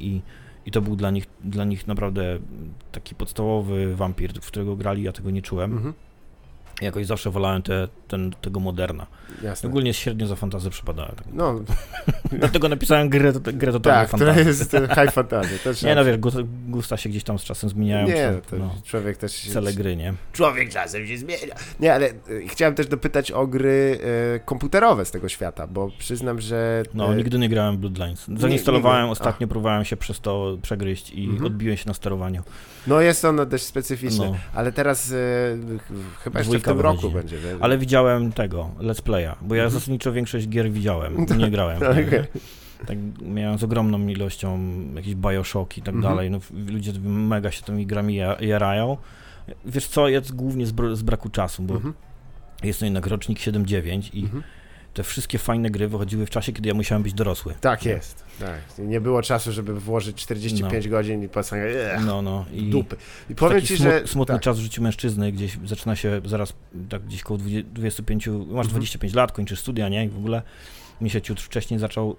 i to był dla nich naprawdę taki podstawowy wampir, w którego grali, ja tego nie czułem. Jakoś zawsze wolałem tego moderna. Jasne. Ogólnie średnio za fantasy przypadałem. Tak. No. Dlatego napisałem grę totalnie tak, fantasy. która jest high fantasy. Nie, no wiesz, gusta się gdzieś tam z czasem zmieniają. Nie, człowiek też... Cele gry, nie? Człowiek czasem się zmienia. Nie, ale chciałem też dopytać o gry komputerowe z tego świata, bo przyznam, że... No, nigdy nie grałem w Bloodlines. Zainstalowałem ostatnio, próbowałem się przez to przegryźć i odbiłem się na sterowaniu. No jest ono dość specyficzne, ale teraz chyba jeszcze w tym roku będzie. Ale widziałem tego, let's playa, bo ja zasadniczo większość gier widziałem, nie grałem. Okay. Tak, miałem z ogromną ilością jakichś Bioshock i tak dalej, no, ludzie mega się tymi grami jarają. Wiesz co, jest głównie z braku czasu, bo jest to jednak rocznik 7-9 i te wszystkie fajne gry wychodziły w czasie, kiedy ja musiałem być dorosły. Tak jest, tak. Nie było czasu, żeby włożyć 45 godzin i posłuchać i dupy. I powiem ci, że... Smutny czas w życiu mężczyzny, gdzieś zaczyna się zaraz, tak gdzieś koło 25, masz 25 lat, kończysz studia, nie? I w ogóle mi się ciut wcześniej zaczął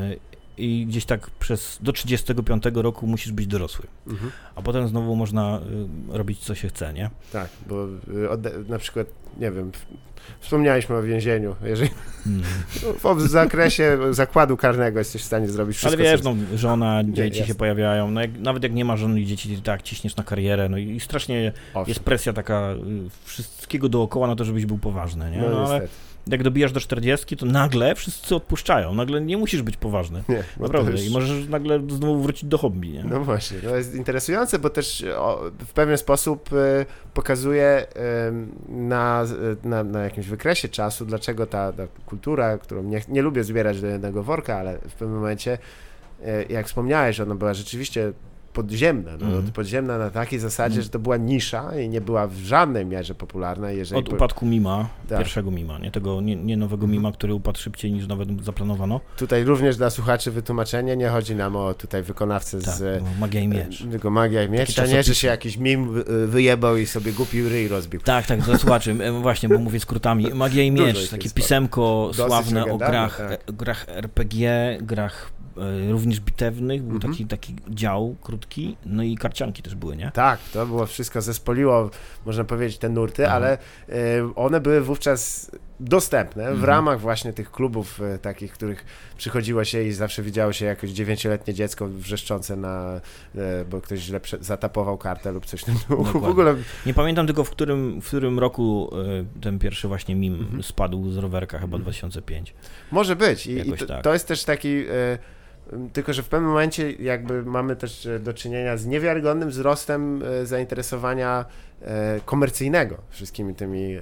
i gdzieś tak do 35 roku musisz być dorosły. A potem znowu można robić, co się chce, nie? Tak, bo na przykład, nie wiem, wspomnieliśmy o więzieniu. Jeżeli w zakresie zakładu karnego jesteś w stanie zrobić wszystko. Ale wiesz, żona, dzieci się pojawiają, no nawet jak nie ma żony i dzieci, to tak ciśniesz na karierę, no i strasznie jest presja taka wszystkiego dookoła na to, żebyś był poważny, nie? No ale jak dobijasz do 40, to nagle wszyscy odpuszczają, nagle nie musisz być poważny. Nie, naprawdę. I możesz nagle znowu wrócić do hobby, nie? No właśnie, to jest interesujące, bo też w pewien sposób pokazuje na jakimś wykresie czasu, dlaczego ta kultura, którą nie lubię zbierać do jednego worka, ale w pewnym momencie, jak wspomniałeś, ona była rzeczywiście podziemna, podziemna na takiej zasadzie, że to była nisza i nie była w żadnej mierze popularna. Od upadku Mima, pierwszego Mima, nie nowego Mima, który upadł szybciej niż nawet zaplanowano. Tutaj również dla słuchaczy wytłumaczenie, nie chodzi nam o tutaj wykonawcę z Magia i Miecz. Tylko Magia i Miecz, a nie, że się jakiś mim wyjebał i sobie głupi ryj rozbił. Tak, dla słuchaczy, właśnie, bo mówię skrótami. Magia i Miecz, takie pisemko sławne o grach RPG, grach również bitewnych, był taki dział krótki, no i karcianki też były, nie? Tak, to było wszystko, zespoliło, można powiedzieć, te nurty, ale one były wówczas dostępne w ramach właśnie tych klubów takich, których przychodziło się i zawsze widziało się jakoś 9-letnie dziecko wrzeszczące bo ktoś źle zatapował kartę lub coś w tym duchu. W ogóle... Nie pamiętam tylko w którym roku ten pierwszy właśnie mim spadł z rowerka, chyba 2005. Może być i to jest też taki... Tylko że w pewnym momencie jakby mamy też do czynienia z niewiarygodnym wzrostem zainteresowania komercyjnego wszystkimi tymi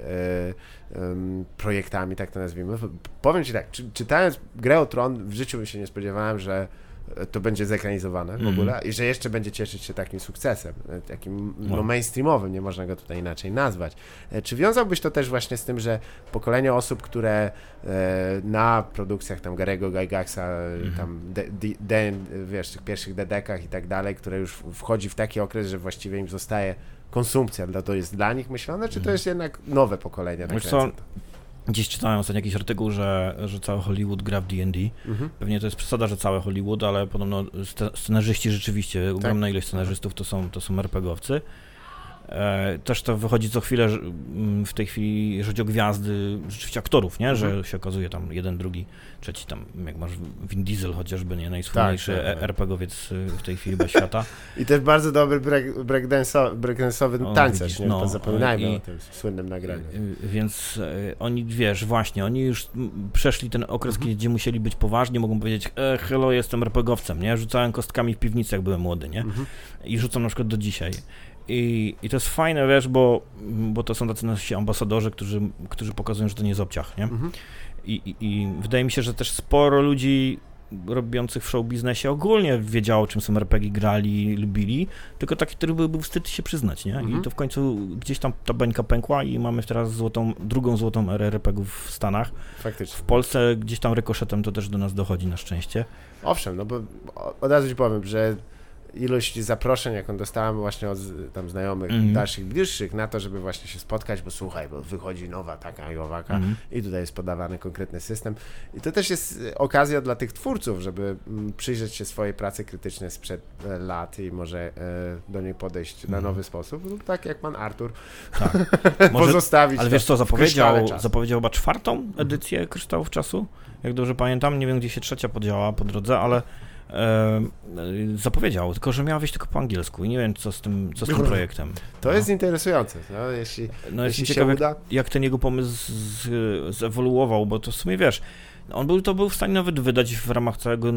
projektami, tak to nazwijmy. Powiem ci tak, czytając Grę o Tron, w życiu się nie spodziewałem, że to będzie zekranizowane w ogóle i że jeszcze będzie cieszyć się takim sukcesem, takim mainstreamowym, nie można go tutaj inaczej nazwać. Czy wiązałbyś to też właśnie z tym, że pokolenie osób, które na produkcjach tam Gary'ego Gygaxa, tam wiesz, tych pierwszych dedekach i tak dalej, które już wchodzi w taki okres, że właściwie im zostaje konsumpcja, to jest dla nich myślane, czy to jest jednak nowe pokolenie? Gdzieś czytałem ostatnio jakiś artykuł, że cały Hollywood gra w D&D. Pewnie to jest przesada, że cały Hollywood, ale podobno scenarzyści rzeczywiście, ogromna ilość scenarzystów to są RPG-owcy. Też to wychodzi co chwilę, w tej chwili, jeżeli chodzi o gwiazdy, rzeczywiście aktorów, nie? Że się okazuje tam jeden, drugi, trzeci tam, jak masz Vin Diesel chociażby, nie? Najsłynniejszy RPG-owiec w tej chwili bez świata. I też bardzo dobry breakdance'owy tancerz, nie zapominajmy o tym słynnym nagraniu. Więc oni, wiesz, właśnie, oni już przeszli ten okres, gdzie musieli być poważni, mogą powiedzieć, hello, jestem RPG-owcem, nie? Rzucałem kostkami w piwnicy, jak byłem młody, nie? I rzucam na przykład do dzisiaj. I to jest fajne, wiesz, bo to są tacy nasi ambasadorzy, którzy pokazują, że to nie jest obciach, nie? I wydaje mi się, że też sporo ludzi robiących w show biznesie ogólnie wiedziało, czym są RPG, grali, lubili, tylko taki, który był wstyd się przyznać, nie? I to w końcu gdzieś tam ta bańka pękła i mamy teraz drugą złotą erę RPG-ów w Stanach. Faktycznie. W Polsce gdzieś tam rykoszetem to też do nas dochodzi na szczęście. Owszem, no bo od razu ci powiem, że ilość zaproszeń, jaką dostałem właśnie od tam znajomych dalszych, bliższych na to, żeby właśnie się spotkać, bo słuchaj, bo wychodzi nowa taka i owaka i tutaj jest podawany konkretny system. I to też jest okazja dla tych twórców, żeby przyjrzeć się swojej pracy krytycznej sprzed lat i może do niej podejść na nowy sposób, lub tak jak pan Artur, pozostawić. Ale wiesz co, zapowiedział chyba 4. edycję Kryształów Czasu, jak dobrze pamiętam, nie wiem gdzie się 3. podziała po drodze, ale zapowiedział, tylko że miała wyjść tylko po angielsku i nie wiem co z tym projektem. To jest interesujące, jeśli się uda. Jak ten jego pomysł zewoluował, bo to w sumie wiesz, to był w stanie nawet wydać w ramach całego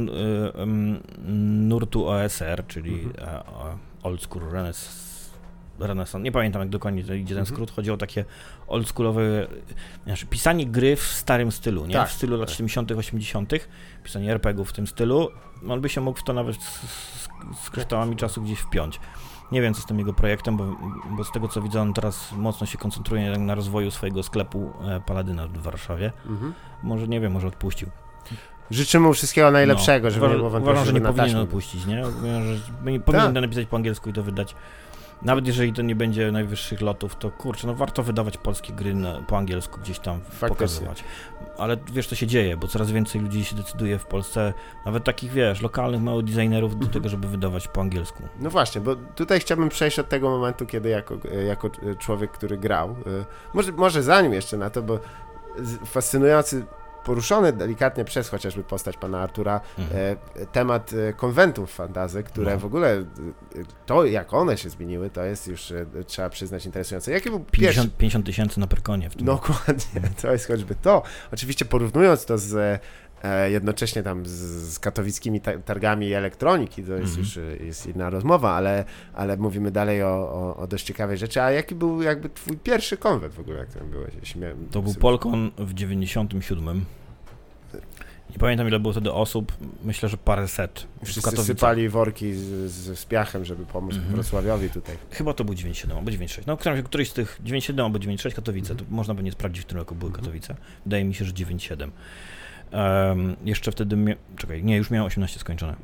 nurtu OSR, czyli Old School Renaissance, nie pamiętam jak dokładnie idzie ten skrót, chodzi o takie oldschoolowe, pisanie gry w starym stylu, nie? W stylu lat 70., 80., pisanie RPG-ów w tym stylu, on by się mógł w to nawet z kryształami czasu gdzieś wpiąć. Nie wiem co z tym jego projektem, bo z tego co widzę, on teraz mocno się koncentruje na rozwoju swojego sklepu Paladyna w Warszawie. Może, nie wiem, może odpuścił. Życzymy mu wszystkiego najlepszego, żeby nie było wątpliwości. Uważam, że nie powinien odpuścić, nie? Że powinien napisać po angielsku i to wydać. Nawet jeżeli to nie będzie najwyższych lotów, to kurczę, warto wydawać polskie gry po angielsku, gdzieś tam pokazywać. Ale wiesz, co się dzieje, bo coraz więcej ludzi się decyduje w Polsce, nawet takich, wiesz, lokalnych, małych designerów do tego, żeby wydawać po angielsku. No właśnie, bo tutaj chciałbym przejść od tego momentu, kiedy jako człowiek, który grał, może zanim jeszcze na to, bo fascynujący, poruszony delikatnie przez chociażby postać pana Artura temat konwentów fantasy, które w ogóle to, jak one się zmieniły, to jest już, trzeba przyznać, interesujące. Jaki był 50 tysięcy na Perkonie. Dokładnie, to jest choćby to. Oczywiście porównując to jednocześnie tam z katowickimi targami elektroniki, to jest już jest inna rozmowa, ale mówimy dalej o dość ciekawej rzeczy. A jaki był jakby twój pierwszy konwent w ogóle, jak tam byłeś? To był Polkon w 97. Nie pamiętam ile było wtedy osób, myślę, że paręset. Wszyscy sypali worki z piachem, żeby pomóc Wrocławiowi tutaj. Chyba to był 97 albo 96. No któryś z tych 97 albo 96 Katowice, to można by nie sprawdzić, w którym roku były Katowice. Wydaje mi się, że 97. Jeszcze wtedy, już miałem 18 skończone.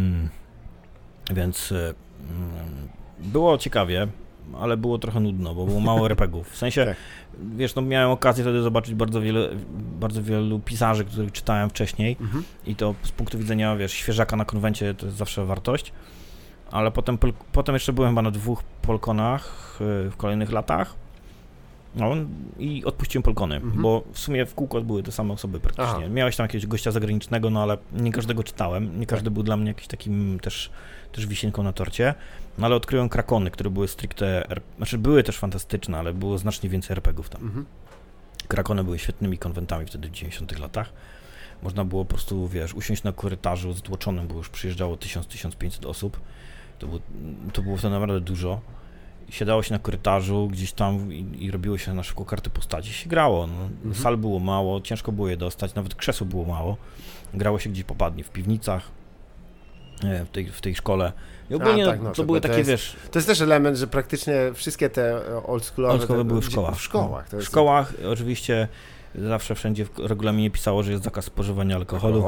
Więc było ciekawie, ale było trochę nudno, bo było mało RPGów. W sensie, wiesz, miałem okazję wtedy zobaczyć bardzo wielu pisarzy, których czytałem wcześniej i to z punktu widzenia, wiesz, świeżaka na konwencie to jest zawsze wartość, ale potem jeszcze byłem chyba na 2 Polkonach w kolejnych latach. I odpuściłem Polkony, bo w sumie w kółko były te same osoby praktycznie. Aha. Miałeś tam jakiegoś gościa zagranicznego, ale nie każdego czytałem, nie każdy był dla mnie jakiś takim też wisienką na torcie, ale odkryłem Krakony, które były stricte, były też fantastyczne, ale było znacznie więcej RPGów tam. Krakony były świetnymi konwentami wtedy w 90 latach. Można było po prostu, wiesz, usiąść na korytarzu ztłoczonym, bo już przyjeżdżało 1000-1500 osób. To było wtedy naprawdę dużo. Siadało się na korytarzu gdzieś tam i robiło się na szybko karty postaci. Się grało. Sal było mało, ciężko było je dostać, nawet krzeseł było mało. Grało się gdzieś popadnie w piwnicach. w tej szkole. I ogólnie to były takie, wiesz... To jest też element, że praktycznie wszystkie te oldschoolowe były w szkołach. W szkołach. W szkołach oczywiście zawsze wszędzie w regulaminie pisało, że jest zakaz spożywania alkoholu.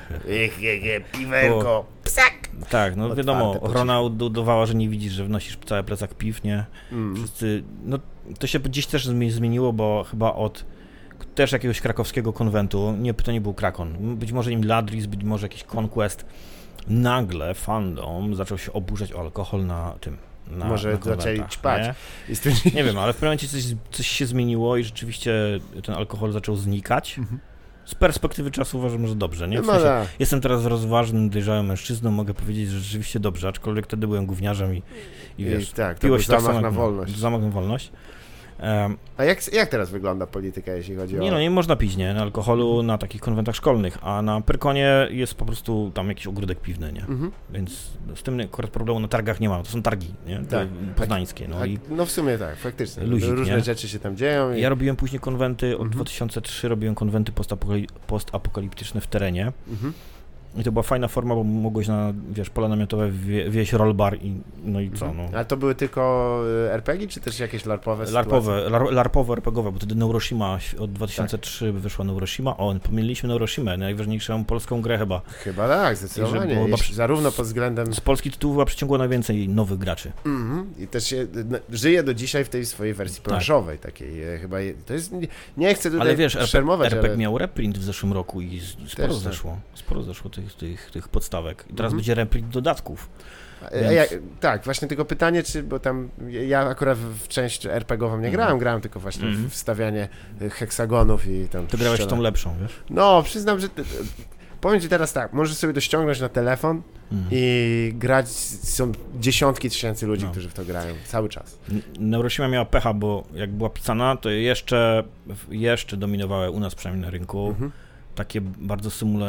Piwerko, psak! Tak, no wiadomo, ochrona udawała, że nie widzisz, że wnosisz cały plecak piw, nie? Wszyscy, no to się gdzieś też zmieniło, bo chyba od też jakiegoś krakowskiego konwentu, to nie był Krakon, być może im Ladris, być może jakiś Conquest, nagle fandom zaczął się oburzać o alkohol na tym. Może zaczęli ćpać. Nie wiem, ale w pewnym momencie coś się zmieniło i rzeczywiście ten alkohol zaczął znikać. Z perspektywy czasu uważam, że dobrze, nie? W sensie, jestem teraz rozważnym, dojrzałym mężczyzną, mogę powiedzieć, że rzeczywiście dobrze, aczkolwiek wtedy byłem gówniarzem i wiesz, tak, piło się tak samo na wolność. Zamach na wolność. A jak teraz wygląda polityka, jeśli chodzi o... Nie można pić, nie? Na alkoholu na takich konwentach szkolnych, a na Pyrkonie jest po prostu tam jakiś ogródek piwny, nie? Więc z tym akurat problemu na targach nie ma, to są targi, nie? Tak. Poznańskie, no i... No w sumie tak, faktycznie. Luzik, różne rzeczy się tam dzieją. Ja robiłem później konwenty, od 2003 robiłem konwenty postapokaliptyczne w terenie. I to była fajna forma, bo mogłeś na, pola namiotowe wieść rollbar i no i co, no. A to były tylko RPG, czy też jakieś larpowe larpowe, RPGowe, bo wtedy Neuroshima, od 2003 wyszła Neuroshima. Pomyliliśmy Neuroshimę, najważniejszą polską grę chyba. Chyba tak, zdecydowanie. Zarówno pod względem... Z polskich tytułów chyba przyciągło najwięcej nowych graczy. I też się żyje do dzisiaj w tej swojej wersji planszowej takiej. Chyba to jest... Nie chcę tutaj szermować, RPG miał reprint w zeszłym roku i sporo zeszło tych podstawek. I teraz będzie reprint dodatków. Tak, właśnie tylko pytanie, bo tam ja akurat w część RPG-ową nie grałem tylko właśnie w wstawianie heksagonów i tam... Ty grałeś tą lepszą, wiesz? No, przyznam, że... Powiem ci teraz tak, możesz sobie to ściągnąć na telefon i grać, są dziesiątki tysięcy ludzi, którzy w to grają cały czas. Neuroshima miała pecha, bo jak była pisana, to jeszcze dominowały u nas przynajmniej na rynku takie bardzo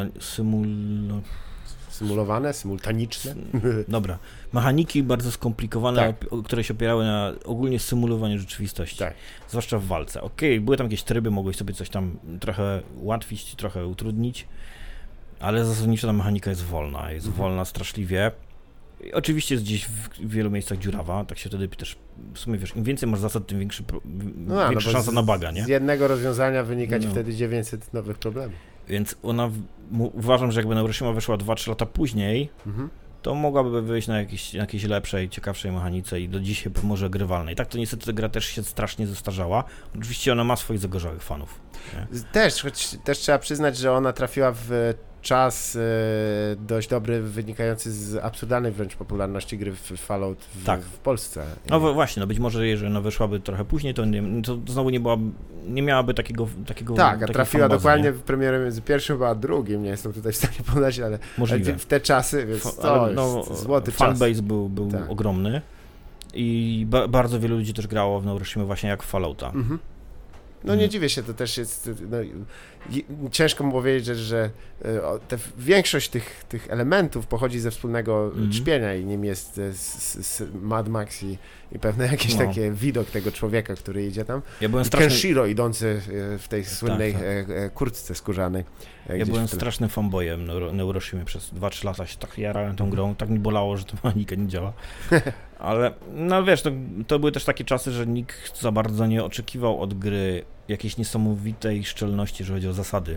symulowane, symultaniczne. Dobra. Mechaniki bardzo skomplikowane, które się opierały na ogólnie symulowaniu rzeczywistości. Tak. Zwłaszcza w walce. Były tam jakieś tryby, mogłeś sobie coś tam trochę ułatwić, trochę utrudnić, ale zasadniczo ta mechanika jest wolna. Jest wolna straszliwie. I oczywiście jest gdzieś w wielu miejscach dziurawa, tak się wtedy też, w sumie im więcej masz zasad, tym większa szansa na buga, nie? Z jednego rozwiązania wynika ci wtedy 900 nowych problemów. Więc uważam, że jakby Neuroshima wyszła 2-3 lata później, to mogłaby wyjść na jakiejś lepszej, ciekawszej mechanice i do dzisiaj może grywalnej. Tak to niestety ta gra też się strasznie zestarzała. Oczywiście ona ma swoich zagorzałych fanów. Nie? Choć też trzeba przyznać, że ona trafiła w czas dość dobry, wynikający z absurdalnej wręcz popularności gry w Fallout w Polsce. No właśnie, być może jeżeli ona wyszłaby trochę później, to znowu nie miałaby takiego tak, a trafiła dokładnie w premierę między pierwszym a drugim, nie jestem tutaj w stanie podać, ale w te czasy, więc złoty czas. Fanbase był ogromny i bardzo wielu ludzi też grało w Neuroshima właśnie jak w Fallouta. No nie dziwię się, to też jest, ciężko mu powiedzieć, że większość tych elementów pochodzi ze wspólnego czpienia i nim jest Mad Max i pewne jakieś takie widok tego człowieka, który idzie tam. Ja byłem Kenshiro idący w tej słynnej kurtce skórzanej. Ja byłem strasznym fanboyem Neuroshimy przez 2-3 lata się tak jarałem tą grą, tak mi bolało, że ta mechanika nie działa. Ale no wiesz, to były też takie czasy, że nikt za bardzo nie oczekiwał od gry jakiejś niesamowitej szczelności, jeżeli chodzi o zasady.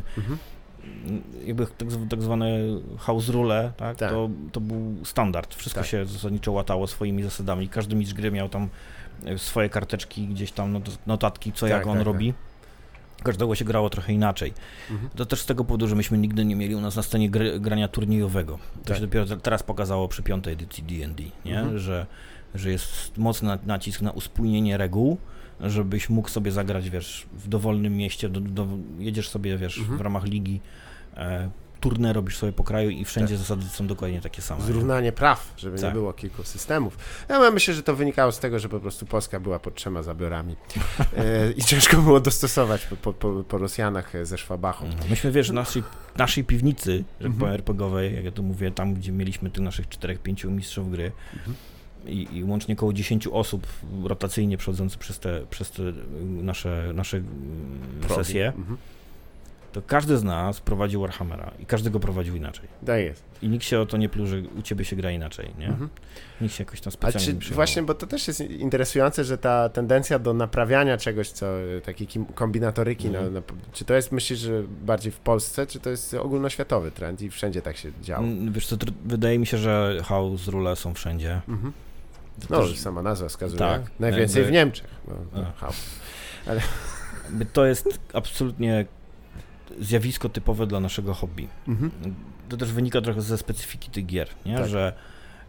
Jakby tak zwane house rule, tak? To był standard. Wszystko się zasadniczo łatało swoimi zasadami. Każdy mistrz gry miał tam swoje karteczki, gdzieś tam notatki, jak on robi. Każdego się grało trochę inaczej. To też z tego powodu, że myśmy nigdy nie mieli u nas na scenie grania turniejowego. To się dopiero teraz pokazało przy 5. edycji D&D, nie? Że jest mocny nacisk na uspójnienie reguł, żebyś mógł sobie zagrać, w dowolnym mieście, jedziesz sobie, w ramach ligi, turnę robisz sobie po kraju i wszędzie zasady są dokładnie takie same. Zrównanie praw, żeby nie było kilku systemów. Ja myślę, że to wynikało z tego, że po prostu Polska była pod 3 zabiorami i ciężko było dostosować po Rosjanach ze Szwabachu. Myśmy, w naszej piwnicy RPG-owej, jak ja tu mówię, tam gdzie mieliśmy tych naszych 4-5 mistrzów gry, i łącznie około 10 osób rotacyjnie przechodzących przez te nasze sesje, to każdy z nas prowadził Warhammera i każdy go prowadził inaczej. Tak jest. I nikt się o to nie pluł, że u ciebie się gra inaczej, nie? Nikt się jakoś tam specjalnie nie przyjmował. Właśnie, bo to też jest interesujące, że ta tendencja do naprawiania czegoś, co takiej kombinatoryki, czy to jest, myślisz, że bardziej w Polsce, czy to jest ogólnoświatowy trend i wszędzie tak się działo? Wiesz co, wydaje mi się, że house rule są wszędzie. No, też, sama nazwa wskazuje. Tak. Najwięcej w Niemczech. House. Ale... To jest absolutnie zjawisko typowe dla naszego hobby. To też wynika trochę ze specyfiki tych gier, nie? Tak. Że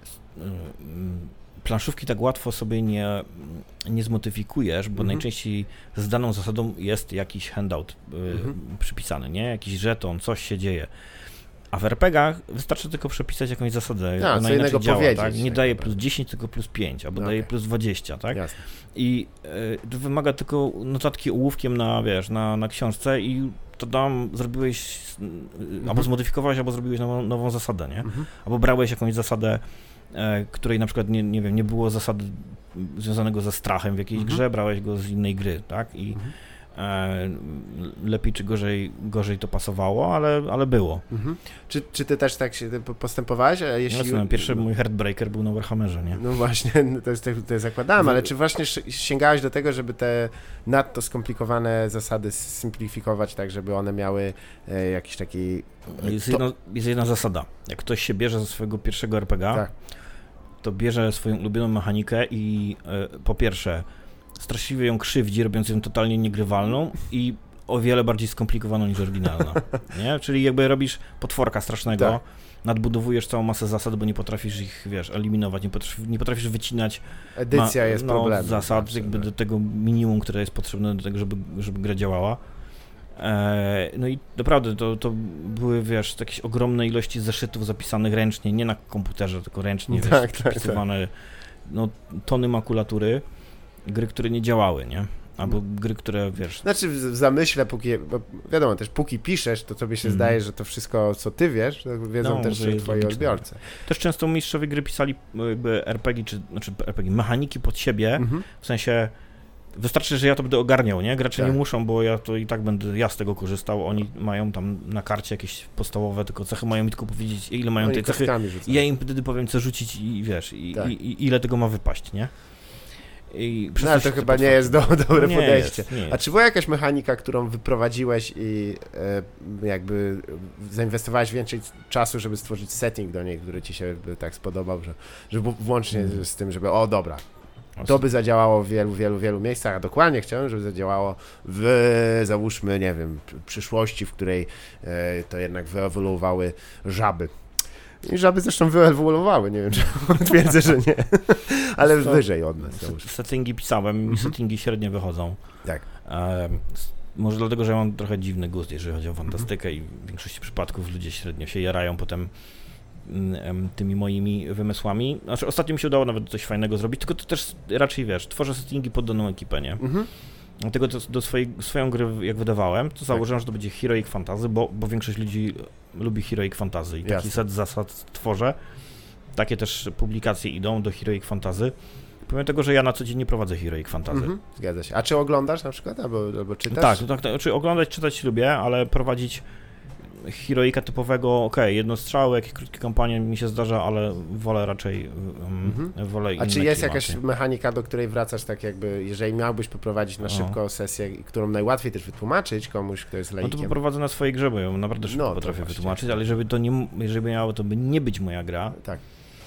planszówki tak łatwo sobie nie zmodyfikujesz, bo najczęściej z daną zasadą jest jakiś handout przypisany, nie? Jakiś żeton, coś się dzieje. A w RPG-ach wystarczy tylko przepisać jakąś zasadę, ona inaczej działa, tak? Nie daje plus 10, tylko plus 5, albo daje plus 20, tak? Jasne. I to wymaga tylko notatki ołówkiem na książce i to tam zrobiłeś, albo zmodyfikowałeś, albo zrobiłeś nową zasadę, nie? Albo brałeś jakąś zasadę, której na przykład, nie wiem, nie było zasady związanego ze strachem w jakiejś grze, brałeś go z innej gry, tak? I lepiej czy gorzej to pasowało, ale było. Czy ty też tak się postępowałeś? A jeśli... Pierwszy mój Heartbreaker był na Warhammerze, nie? No właśnie, to zakładałem, ale czy właśnie sięgałeś do tego, żeby te nadto skomplikowane zasady simplifikować tak, żeby one miały jakiś taki... Jest jedna zasada. Jak ktoś się bierze za swojego pierwszego RPG, tak, to bierze swoją ulubioną mechanikę i po pierwsze straszliwie ją krzywdzi, robiąc ją totalnie niegrywalną i o wiele bardziej skomplikowaną niż oryginalna, nie? Czyli jakby robisz potworka strasznego, tak, nadbudowujesz całą masę zasad, bo nie potrafisz ich, eliminować, nie potrafisz wycinać edycja jest problemem. Zasad jakby do tego minimum, które jest potrzebne do tego, żeby gra działała. No i naprawdę to były, jakieś ogromne ilości zeszytów zapisanych ręcznie, nie na komputerze, tylko ręcznie, przepisywane, tony makulatury, gry, które nie działały, nie? Albo gry, które, Znaczy w zamyśle, bo wiadomo, też póki piszesz, to tobie się zdaje, że to wszystko, co ty wiesz, to wiedzą też twoi odbiorcy. Też często mistrzowie gry pisali jakby RPG, mechaniki pod siebie, w sensie wystarczy, że ja to będę ogarniał, nie? Gracze nie muszą, bo ja to i tak będę z tego korzystał, oni mają tam na karcie jakieś podstawowe tylko cechy, mają mi tylko powiedzieć, ile mają tej cechy i ja im wtedy powiem, co rzucić i ile tego ma wypaść, nie? Ale to chyba nie jest dobre podejście. Nie. A czy była jakaś mechanika, którą wyprowadziłeś i jakby zainwestowałeś więcej czasu, żeby stworzyć setting do niej, który ci się tak spodobał, że włącznie z tym, żeby to by zadziałało w wielu miejscach, a dokładnie chciałem, żeby zadziałało w, załóżmy, nie wiem, przyszłości, w której to jednak wyewoluowały żaby. I żaby zresztą wyewoluowały, nie wiem, czy twierdzę, że nie, ale wyżej od nas. Settingi pisałem i settingi średnio wychodzą. Tak. Może dlatego, że ja mam trochę dziwny gust, jeżeli chodzi o fantastykę i w większości przypadków ludzie średnio się jarają potem tymi moimi wymysłami. Znaczy, ostatnio mi się udało nawet coś fajnego zrobić, tylko to też raczej, tworzę settingi pod daną ekipę, nie? Dlatego do swoją grę, jak wydawałem, to założyłem, że to będzie Heroic Fantasy, bo większość ludzi lubi Heroic Fantasy i taki set zasad tworzę. Takie też publikacje idą do Heroic Fantasy. Pomimo tego, że ja na co dzień nie prowadzę Heroic Fantasy. Zgadza się. A czy oglądasz na przykład, albo czytasz? Tak. Czy oglądać, czytać lubię, ale prowadzić Heroika typowego, jednostrzały, jakieś krótkie kampanie mi się zdarza, ale wolę raczej wolę inne. A czy jest jakaś mechanika, do której wracasz tak jakby, jeżeli miałbyś poprowadzić na szybko sesję, którą najłatwiej też wytłumaczyć komuś, kto jest laikiem? No to poprowadzę na swojej grze, bo ją naprawdę szybko potrafię wytłumaczyć, ale jeżeli miało to by nie być moja gra, tak,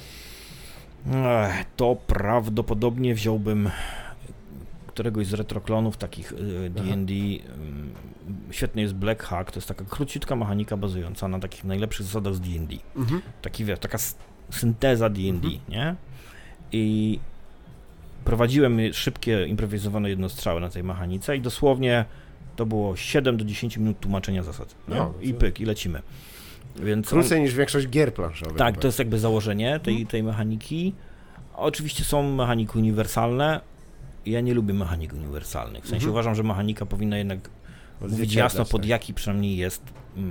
to prawdopodobnie wziąłbym któregoś z retroklonów takich D&D. Świetny jest Black Hack, to jest taka króciutka mechanika bazująca na takich najlepszych zasadach z D&D. Taka synteza D&D, nie? I prowadziłem szybkie, improwizowane jednostrzały na tej mechanice i dosłownie to było 7 do 10 minut tłumaczenia zasad. I pyk, i lecimy. Więc krócej niż większość gier planszowych. Tak, to jest jakby założenie tej mechaniki. Oczywiście są mechaniki uniwersalne. Ja nie lubię mechanik uniwersalnych. W sensie uważam, że mechanika powinna jednak mówić jasno, pod jaki przynajmniej jest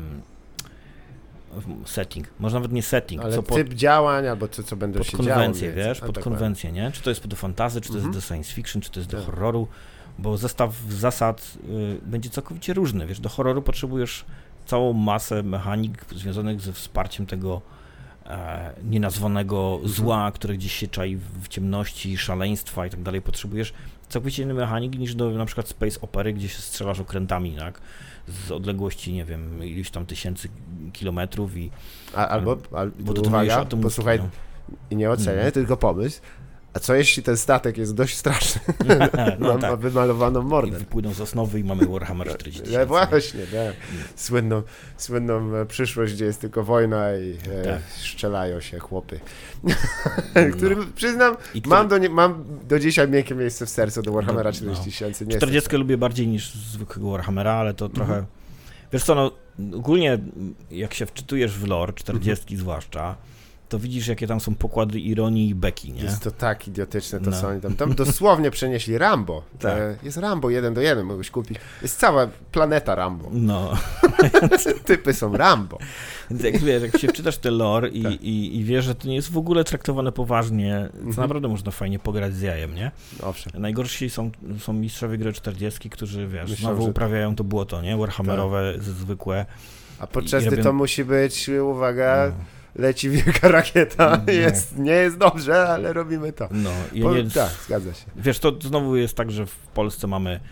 setting. Może nawet nie setting. Ale typ działań, albo co będą się działo. Pod konwencję, pod konwencję, nie? Czy to jest do fantasy, czy to jest do science fiction, czy to jest do horroru. bo zestaw zasad będzie całkowicie różny. Wiesz, do horroru potrzebujesz całą masę mechanik związanych ze wsparciem tego nienazwanego zła, które gdzieś się czai w ciemności, szaleństwa i tak dalej. Potrzebujesz całkowicie inny mechanik niż do na przykład Space Opery, gdzie się strzelasz okrętami, tak? Z odległości, nie wiem, iluś tam tysięcy kilometrów i... Albo uwaga, posłuchaj, i nie oceniaj, tylko pomysł. A co jeśli ten statek jest dość straszny? No ma wymalowaną mordę. I wypłyną z osnowy i mamy Warhammer 40 000. Właśnie, tak. Słynną przyszłość, gdzie jest tylko wojna i strzelają się chłopy. Którym, przyznam, mam do dzisiaj miękkie miejsce w sercu do Warhammera 40 000. 40 lubię bardziej niż zwykłego Warhammera, ale to trochę... Wiesz co, no ogólnie jak się wczytujesz w lore, 40 zwłaszcza, to widzisz, jakie tam są pokłady ironii i beki, nie? Jest to tak idiotyczne, to co oni tam dosłownie przenieśli Rambo. Tak. Jest Rambo 1:1, mogłeś kupić. Jest cała planeta Rambo. No. Typy są Rambo. Więc jak się wczytasz te lore i wiesz, że to nie jest w ogóle traktowane poważnie, to naprawdę można fajnie pograć z jajem, nie? Owszem. Najgorsi są mistrzowie gry 40, którzy, wiesz, znowu uprawiają to błoto, nie? Warhammerowe, zwykłe. A podczas gdy to musi być, uwaga... Leci wielka rakieta, nie jest dobrze, ale robimy to. No, tak, zgadza się. Wiesz, to znowu jest tak, że w Polsce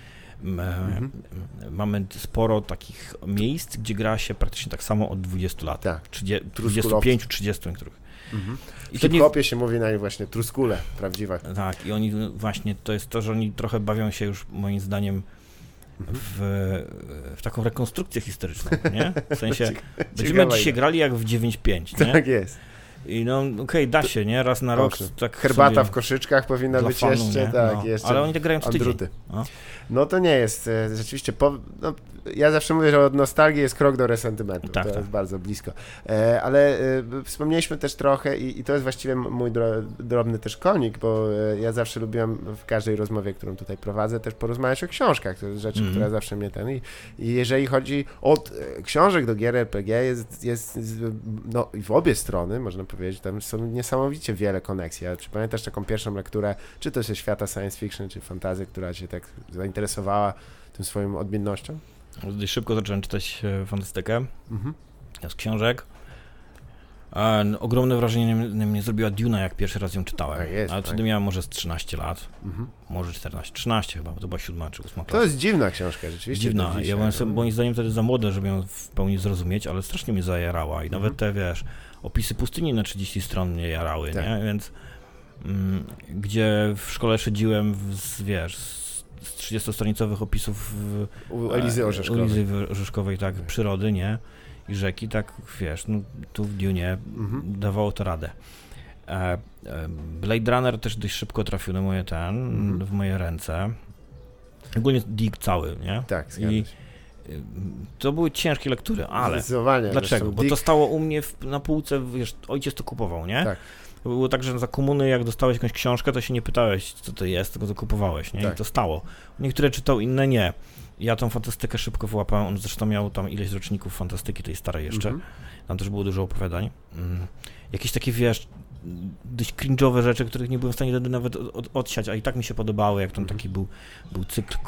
mamy sporo takich miejsc, gdzie gra się praktycznie tak samo od 20 lat. Tak. 25-30 niektórych. I w hip-hopie się mówi na nich właśnie truskule prawdziwe. Tak, i oni właśnie, to jest to, że oni trochę bawią się już moim zdaniem w taką rekonstrukcję historyczną, nie? W sensie, będziemy dzisiaj grali jak w 9.5, nie? Tak jest. I no okej, da się, nie? Raz na rok. Tak herbata w koszyczkach powinna być fanu, jeszcze, tak, jeszcze. Ale oni tak grają co tydzień. No to nie jest, rzeczywiście, ja zawsze mówię, że od nostalgii jest krok do resentymentu, to jest bardzo blisko. Ale wspomnieliśmy też trochę i to jest właściwie mój drobny też konik, bo ja zawsze lubiłem w każdej rozmowie, którą tutaj prowadzę, też porozmawiać o książkach, to jest rzecz, która zawsze mnie i jeżeli chodzi od książek do gier RPG, jest no i w obie strony, można powiedzieć, tam są niesamowicie wiele koneksji. Czy pamiętasz taką pierwszą lekturę, czy to ze świata science fiction, czy fantasy, która cię tak zainteresowała tym swoją odmiennością? Dość szybko zacząłem czytać fantastykę z książek. Ogromne wrażenie na mnie zrobiła Duna, jak pierwszy raz ją czytałem. Ale wtedy miałem może z 13 lat, może 14, 13 chyba, bo to była 7 czy 8 klasa. To jest dziwna książka, rzeczywiście. Dziwna. Ja byłem sobie, moim zdaniem wtedy za młody, żeby ją w pełni zrozumieć, ale strasznie mnie zajarała i nawet te, wiesz, opisy pustyni na 30 stron mnie jarały, nie? Więc gdzie w szkole szydziłem z 30-stronicowych opisów u Elizy Orzeszkowej, tak, przyrody, nie? I rzeki, tak, wiesz, no tu w Dunie dawało to radę. Blade Runner też dość szybko trafił na w moje ręce. Ogólnie Dig cały, nie? Tak, zgadza się. To były ciężkie lektury, ale dlaczego? Bo to stało u mnie na półce, wiesz, ojciec to kupował, nie? Tak. To było tak, że za komuny, jak dostałeś jakąś książkę, to się nie pytałeś, co to jest, tylko to kupowałeś, nie? Tak. I to stało. Niektóre czytał, inne nie. Ja tą fantastykę szybko wyłapałem, on zresztą miał tam ileś roczników fantastyki, tej starej jeszcze. Tam też było dużo opowiadań. Jakieś takie, wiesz, dość cringe'owe rzeczy, których nie byłem w stanie wtedy nawet odsiać, a i tak mi się podobały, jak tam taki był cykl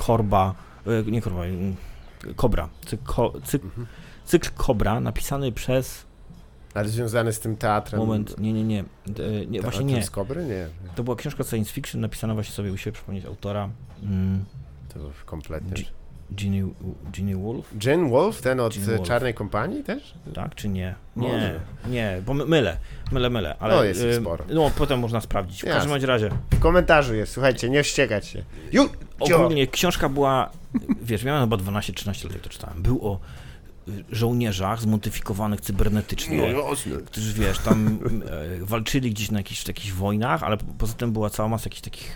Kobra. Cykl Kobra, napisany przez... Ale związany z tym teatrem... Moment, nie, właśnie nie. Z Kobry? Nie. To była książka science fiction, napisana właśnie sobie, musiałem przypomnieć autora. To kompletnie... Ginny Wolf? Jane Wolf? Ten od Czarnej Kompanii też? Tak, czy nie? Nie, bo mylę. Ale, no jest ich sporo. No, potem można sprawdzić. W każdym razie. W komentarzu jest, słuchajcie, nie wściekać się. Ogólnie książka była, wiesz, miałem chyba 12-13 lat, jak to czytałem. Był o żołnierzach zmodyfikowanych cybernetycznie, którzy, wiesz, tam walczyli gdzieś na jakichś wojnach, ale poza tym była cała masa jakichś takich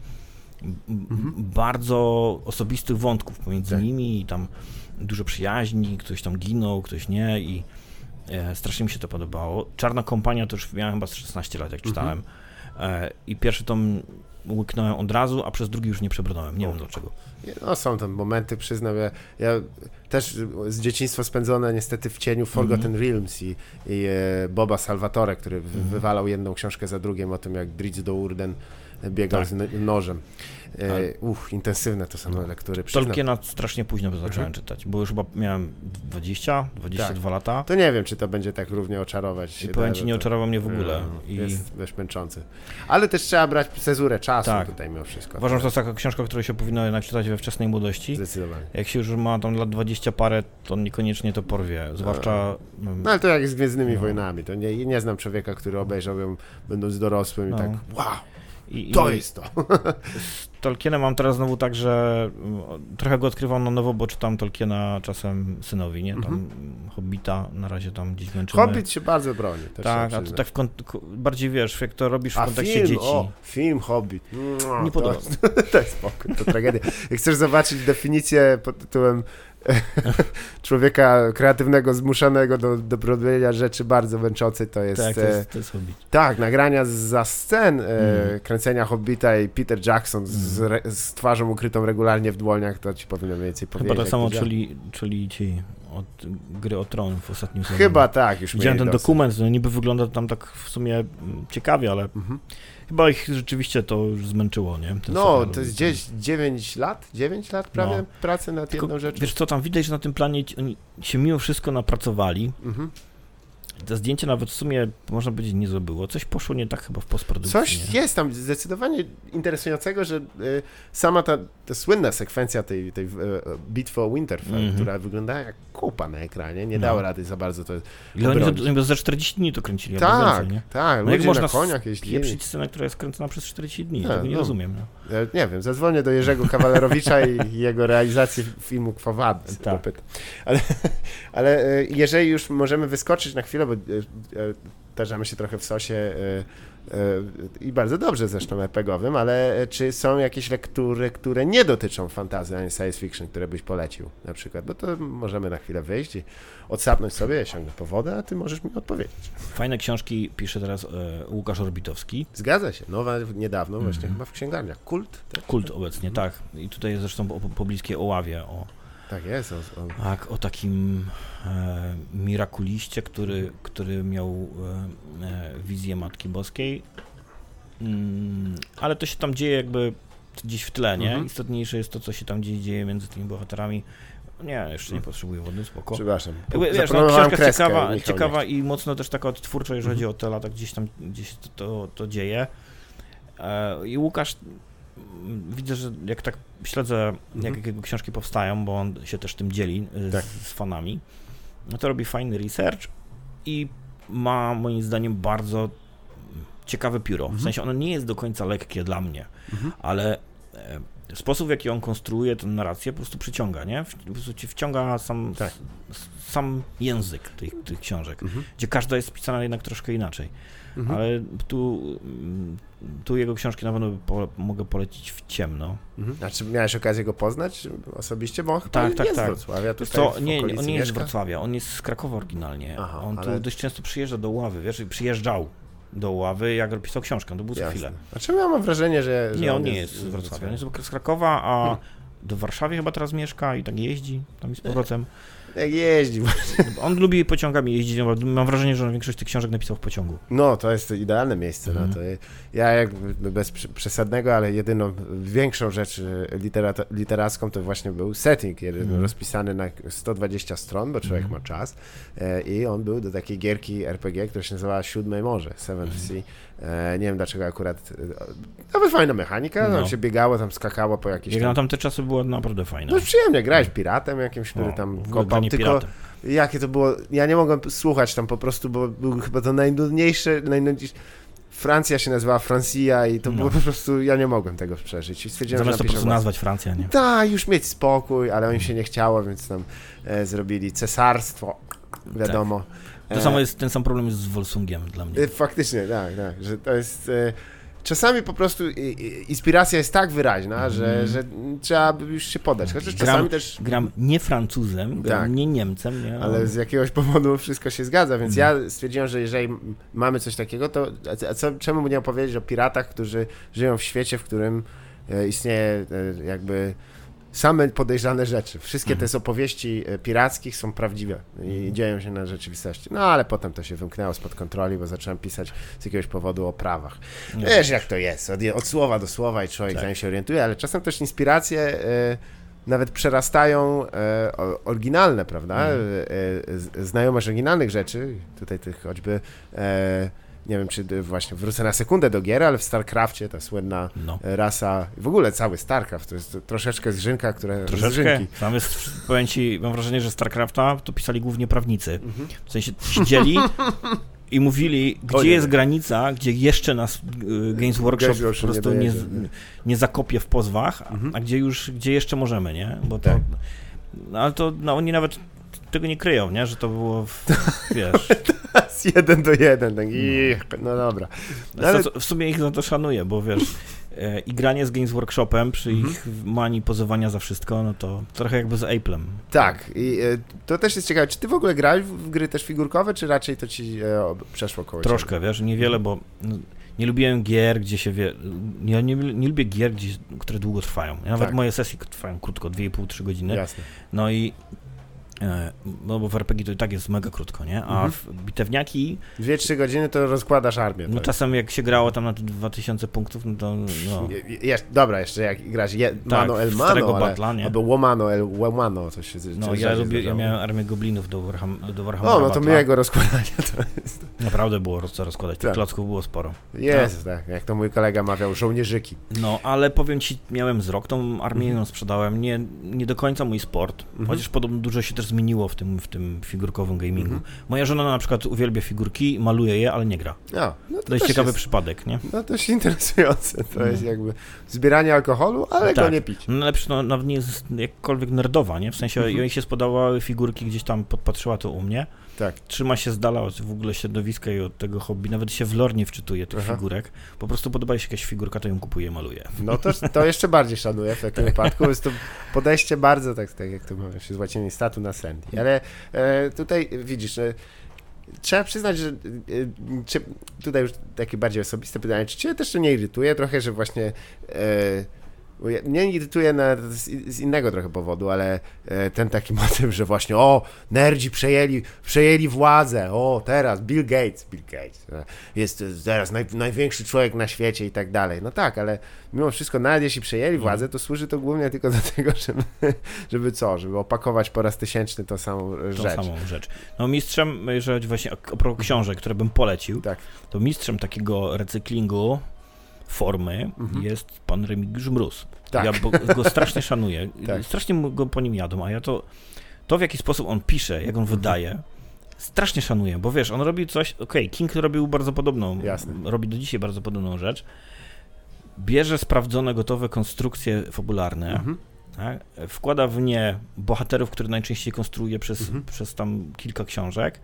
bardzo osobistych wątków pomiędzy nimi i tam dużo przyjaźni, ktoś tam ginął, ktoś nie i strasznie mi się to podobało. Czarna Kompania to już miałem chyba 16 lat, jak czytałem i pierwszy tom łyknąłem od razu, a przez drugi już nie przebrnąłem, nie wiem dlaczego. No są tam momenty, przyznam, ja też z dzieciństwa spędzone niestety w cieniu Forgotten Realms i Boba Salvatore, który wywalał jedną książkę za drugim o tym, jak Drizzt Do'Urden biegał z nożem. Intensywne to są lektury. Tolkiena strasznie późno zacząłem czytać, bo już chyba miałem 22 lata. To nie wiem, czy to będzie tak równie oczarować. I powiem ci, nie oczarował mnie w ogóle. Jest dość męczący. Ale też trzeba brać cezurę czasu tutaj mimo wszystko. Uważam, że to jest taka książka, którą się powinno jednak czytać we wczesnej młodości. Zdecydowanie. Jak się już ma tam lat 20 parę, to niekoniecznie to porwie. Zwłaszcza... No ale to jak z Gwiezdnymi Wojnami. To nie znam człowieka, który obejrzał ją będąc dorosłym i tak wow. To jest to. Z Tolkienem mam teraz znowu tak, że trochę go odkrywam na nowo, bo czytam Tolkiena czasem synowi, nie? Tam Hobbita na razie tam gdzieś męczymy. Hobbit się bardzo broni. Tak, a to tak bardziej wiesz, jak to robisz w kontekście dzieci. Film Hobbit. Nie podoba. To jest spokój, to tragedia. Jak chcesz zobaczyć definicję pod tytułem człowieka kreatywnego, zmuszanego do robienia rzeczy bardzo męczącej, to jest... Tak, to jest Hobbit. Tak, nagrania za scen kręcenia Hobbita i Peter Jackson z twarzą ukrytą regularnie w dłoniach, to ci powinno mniej więcej powiedzieć. Chyba tak samo czuli ci od Gry o Tron w ostatnim sezonie. Chyba tak, już widziałem ten dokument, no niby wygląda tam tak w sumie ciekawie, ale chyba ich rzeczywiście to już zmęczyło, nie? To jest gdzieś 9 lat prawie pracy nad jedną rzeczą. Wiesz co, tam widać, że na tym planie oni się mimo wszystko napracowali. Te zdjęcie nawet w sumie, można powiedzieć, nie było. Coś poszło nie tak chyba w postprodukcji. Coś jest tam zdecydowanie interesującego, że sama ta słynna sekwencja tej bitwy o Winterfell, która wyglądała jak kupa na ekranie, nie dało rady za bardzo to ile oni za 40 dni to kręcili, tak, więcej, nie? Tak, no ludzie można na koniach jeździli. Pieprzyć scenę, która jest kręcona przez 40 dni, tego nie rozumiem. No. Ja nie wiem, zadzwonię do Jerzego Kawalerowicza i jego realizacji filmu Quo Vadis. Tak. Ale jeżeli już możemy wyskoczyć na chwilę, bo tarzamy się trochę w sosie i bardzo dobrze zresztą RPGowym, ale czy są jakieś lektury, które nie dotyczą fantasy ani science fiction, które byś polecił na przykład? Bo to możemy na chwilę wyjść i odsapnąć sobie, ja sięgnę po wodę, a ty możesz mi odpowiedzieć. Fajne książki pisze teraz Łukasz Orbitowski. Zgadza się, nowa niedawno właśnie chyba w księgarniach. Kult obecnie, tak. I tutaj jest zresztą pobliskie Oławie. Tak jest. Tak, o takim mirakuliście, który miał wizję Matki Boskiej, ale to się tam dzieje jakby gdzieś w tle, nie? Istotniejsze jest to, co się tam dzieje między tymi bohaterami. Nie, jeszcze nie potrzebuję wody, spoko. Przepraszam. Wiesz, książka jest ciekawa i mocno też taka odtwórcza, jeżeli chodzi o te lata, gdzieś to dzieje. I Łukasz, widzę, że jak tak śledzę, jak jego książki powstają, bo on się też tym dzieli z fanami, no to robi fajny research i ma moim zdaniem bardzo ciekawe pióro. W sensie ono nie jest do końca lekkie dla mnie, ale sposób, w jaki on konstruuje tę narrację, po prostu przyciąga, nie? Po prostu ci wciąga sam język tych książek, gdzie każda jest pisana jednak troszkę inaczej. Ale tu jego książki na pewno mogę polecić w ciemno. A czy miałeś okazję go poznać osobiście? Bo on chyba jest z Wrocławia. On nie jest z Wrocławia, on jest z Krakowa oryginalnie. Tu dość często przyjeżdża do Oławy, wiesz, przyjeżdżał do Oławy, jak pisał książkę, to był co chwilę. A czemu ja mam wrażenie, że on nie jest z Wrocławia, on jest z Krakowa, a do Warszawy chyba teraz mieszka i tak jeździ tam i z powrotem. Jak jeździ. On lubi pociągami jeździć, mam wrażenie, że większość tych książek napisał w pociągu. No, to jest idealne miejsce na to. Ja jakby bez przesadnego, ale jedyną większą rzecz literacką to właśnie był setting, rozpisany na 120 stron, bo człowiek ma czas i on był do takiej gierki RPG, która się nazywała Siódme Morze, Seventh Sea. Nie wiem dlaczego akurat, nawet fajna mechanika, tam się biegało, tam skakało po jakiejś Jak na tamte czasy było naprawdę fajne. No przyjemnie, grałeś piratem jakimś, który tam kopał, tylko piratem. Jakie to było, ja nie mogłem słuchać tam po prostu, bo był chyba to najnudniejsze, Francja się nazywała Francia i to było po prostu, ja nie mogłem tego przeżyć. I stwierdziłem, zamiast to po prostu nazwać Francja, nie? Tak, już mieć spokój, ale im się nie chciało, więc tam zrobili cesarstwo, wiadomo. To samo jest, ten sam problem jest z Volsungiem dla mnie. Faktycznie, tak, że to jest... Czasami po prostu inspiracja jest tak wyraźna, że trzeba już się podać. Chociaż czasami też... Gram nie Francuzem, nie Niemcem, nie? Ale z jakiegoś powodu wszystko się zgadza, więc ja stwierdziłem, że jeżeli mamy coś takiego, to czemu by nie opowiedzieć o piratach, którzy żyją w świecie, w którym istnieje jakby same podejrzane rzeczy. Wszystkie te z opowieści pirackich są prawdziwe i dzieją się na rzeczywistości. No ale potem to się wymknęło spod kontroli, bo zacząłem pisać z jakiegoś powodu o prawach. Wiesz jak to jest, od słowa do słowa i człowiek zanim się orientuje, ale czasem też inspiracje nawet przerastają oryginalne, prawda? Znajomość oryginalnych rzeczy, tutaj tych choćby nie wiem, czy właśnie wrócę na sekundę do gier, ale w StarCraftie ta słynna rasa, w ogóle cały StarCraft, to jest troszeczkę zrzynka, które... Troszeczkę. Tam jest, powiem ci, mam wrażenie, że StarCrafta to pisali głównie prawnicy. W sensie siedzieli i mówili, gdzie jest granica, gdzie jeszcze nas Games Workshop po prostu nie zakopie w pozwach, a gdzie jeszcze możemy, nie? Bo to... No, ale to oni nawet tego nie kryją, nie? Że to było, wiesz... Z 1:1, tak no dobra. No, ale... w sumie ich za to szanuję, bo wiesz, i granie z Games Workshopem przy ich manii pozowania za wszystko, no to trochę jakby z Apple'em. Tak, i to też jest ciekawe, czy ty w ogóle grałeś w gry też figurkowe, czy raczej to ci przeszło koło Troszkę, ciebie? Wiesz, niewiele, bo nie lubiłem gier, gdzie się ja nie lubię gier, które długo trwają. Nawet moje sesje trwają krótko, 2,5-3 godziny. Jasne. No i no bo w RPG to i tak jest mega krótko, nie? A w bitewniaki... 2-3 godziny to rozkładasz armię. No czasem jak się grało tam na 2000 punktów, no to... No. Dobra, jeszcze jak grasz Mano el Mano, albo Łomano el Łomano, coś się... No ja miałem armię goblinów do Warhammera. O, no to miłego rozkładania to jest. Naprawdę było co rozkładać, tych klocków było sporo. Jest, tak, jak to mój kolega mawiał, żołnierzyki. No, ale powiem ci, miałem wzrok, tą armię sprzedałem, nie do końca mój sport, chociaż podobno dużo się też zmieniło w tym figurkowym gamingu. Moja żona na przykład uwielbia figurki, maluje je, ale nie gra. No to jest ciekawy przypadek, nie? No to jest interesujące. To jest jakby zbieranie alkoholu, ale go nie pić. No lepsze, nawet nie jest jakkolwiek nerdowa, nie? W sensie jej się spodobały figurki, gdzieś tam podpatrzyła to u mnie. Tak. Trzyma się z dala od w ogóle środowiska i od tego hobby. Nawet się w lore nie wczytuje tych figurek. Po prostu podoba jej się jakaś figurka, to ją kupuje, maluje. No to jeszcze bardziej szanuję w takim wypadku. Jest to podejście bardzo, tak jak to mówię, się złacenie statu na Sandy. Ale tutaj widzisz, trzeba przyznać, że tutaj już takie bardziej osobiste pytanie, czy cię też to nie irytuje trochę, że właśnie mnie irytuje z innego trochę powodu, ale ten taki motyw, że właśnie nerdzi przejęli władzę, teraz Bill Gates jest teraz największy człowiek na świecie i tak dalej. No tak, ale mimo wszystko nawet jeśli przejęli władzę, to służy to głównie tylko do tego, żeby opakować po raz tysięczny tą samą rzecz. No mistrzem, jeżeli chodzi właśnie o propos książek, które bym polecił, to mistrzem takiego recyklingu formy jest pan Remigiusz Mróz. Tak. Ja go strasznie szanuję. Strasznie go po nim jadą, a ja to w jaki sposób on pisze, jak on wydaje, strasznie szanuję, bo wiesz, on robi coś, King robił bardzo podobną, robi do dzisiaj bardzo podobną rzecz, bierze sprawdzone, gotowe konstrukcje fabularne, tak? Wkłada w nie bohaterów, które najczęściej konstruuje przez tam kilka książek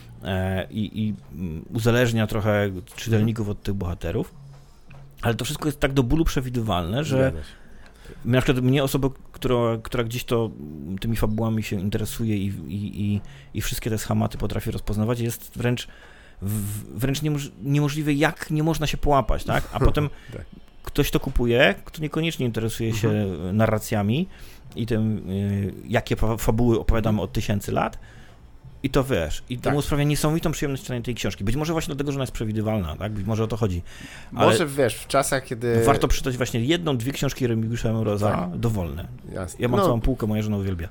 i uzależnia trochę czytelników od tych bohaterów. Ale to wszystko jest tak do bólu przewidywalne, że na przykład mnie osoba, która gdzieś tymi fabułami się interesuje i wszystkie te schematy potrafi rozpoznawać, jest wręcz niemożliwe, jak nie można się połapać, tak? A potem ktoś to kupuje, kto niekoniecznie interesuje się narracjami i tym, jakie fabuły opowiadamy od 1000 lat. I to wiesz, to mu sprawia niesamowitą przyjemność czytania tej książki. Być może właśnie dlatego, że ona jest przewidywalna, tak? Być może o to chodzi. Ale może wiesz, w czasach, kiedy... Warto przeczytać właśnie 1-2 książki Remigiusza Mroza dowolne. Jasne. Ja mam całą półkę, moja żona uwielbia.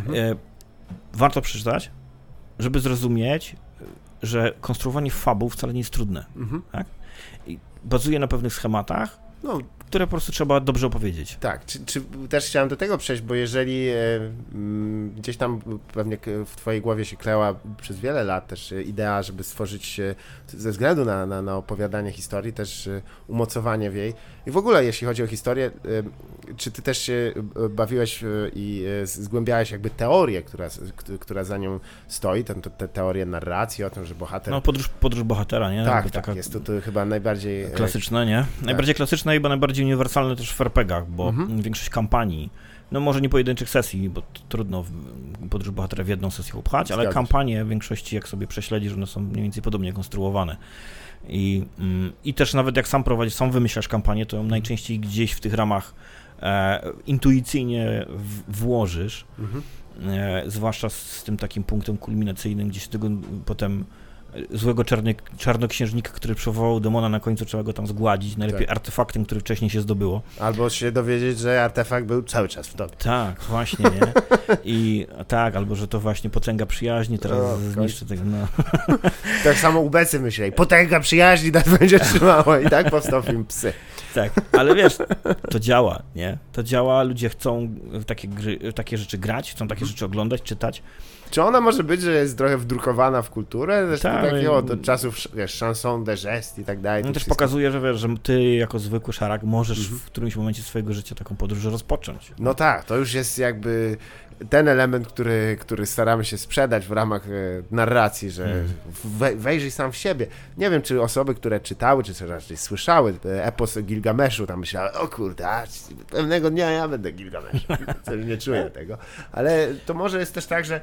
Warto przeczytać, żeby zrozumieć, że konstruowanie fabuł wcale nie jest trudne. Tak? I bazuje na pewnych schematach, które po prostu trzeba dobrze opowiedzieć. Tak, czy też chciałem do tego przejść, bo jeżeli gdzieś tam pewnie w twojej głowie się kleła przez wiele lat też idea, żeby stworzyć ze względu na opowiadanie historii też umocowanie w jej i w ogóle jeśli chodzi o historię, czy ty też się bawiłeś i zgłębiałeś jakby teorię, która za nią stoi, te teorie narracji o tym, że bohater... No podróż bohatera, nie? Tak, jest to chyba najbardziej... Klasyczne, nie? Najbardziej klasyczne i chyba najbardziej uniwersalne też w RPG-ach, bo większość kampanii, może nie pojedynczych sesji, bo trudno podróż bohatera w jedną sesję upchać, ale kampanie w większości, jak sobie prześledzisz, one są mniej więcej podobnie konstruowane. I też nawet jak sam wymyślasz kampanię, to najczęściej gdzieś w tych ramach intuicyjnie włożysz, zwłaszcza z tym takim punktem kulminacyjnym, gdzie się tego potem złego czarnoksiężnika, który przywołał demona, na końcu trzeba go tam zgładzić, najlepiej artefaktem, który wcześniej się zdobyło. Albo się dowiedzieć, że artefakt był cały czas w tobie. Tak, właśnie, nie? I tak, albo że to właśnie potęga przyjaźni teraz zniszczy tego, no. Tak samo ubecy myśleli, potęga przyjaźni nas będzie trzymała i tak powstał film Psy. Tak, ale wiesz, to działa, nie? To działa, ludzie chcą w takie rzeczy grać, chcą takie rzeczy oglądać, czytać. Czy ona może być, że jest trochę wdrukowana w kulturę? Zresztą tak, takiego od czasów, wiesz, chanson de geste i tak dalej. No też pokazuje, że wiesz, że ty jako zwykły szarak możesz w którymś momencie swojego życia taką podróż rozpocząć. No tak, to już jest jakby ten element, który staramy się sprzedać w ramach narracji, że wejrzyj sam w siebie. Nie wiem, czy osoby, które czytały, czy raczej słyszały epos Gilgameszu, tam myślały, o kurde, pewnego dnia ja będę Gilgameszem. Nie czuję tego. Ale to może jest też tak, że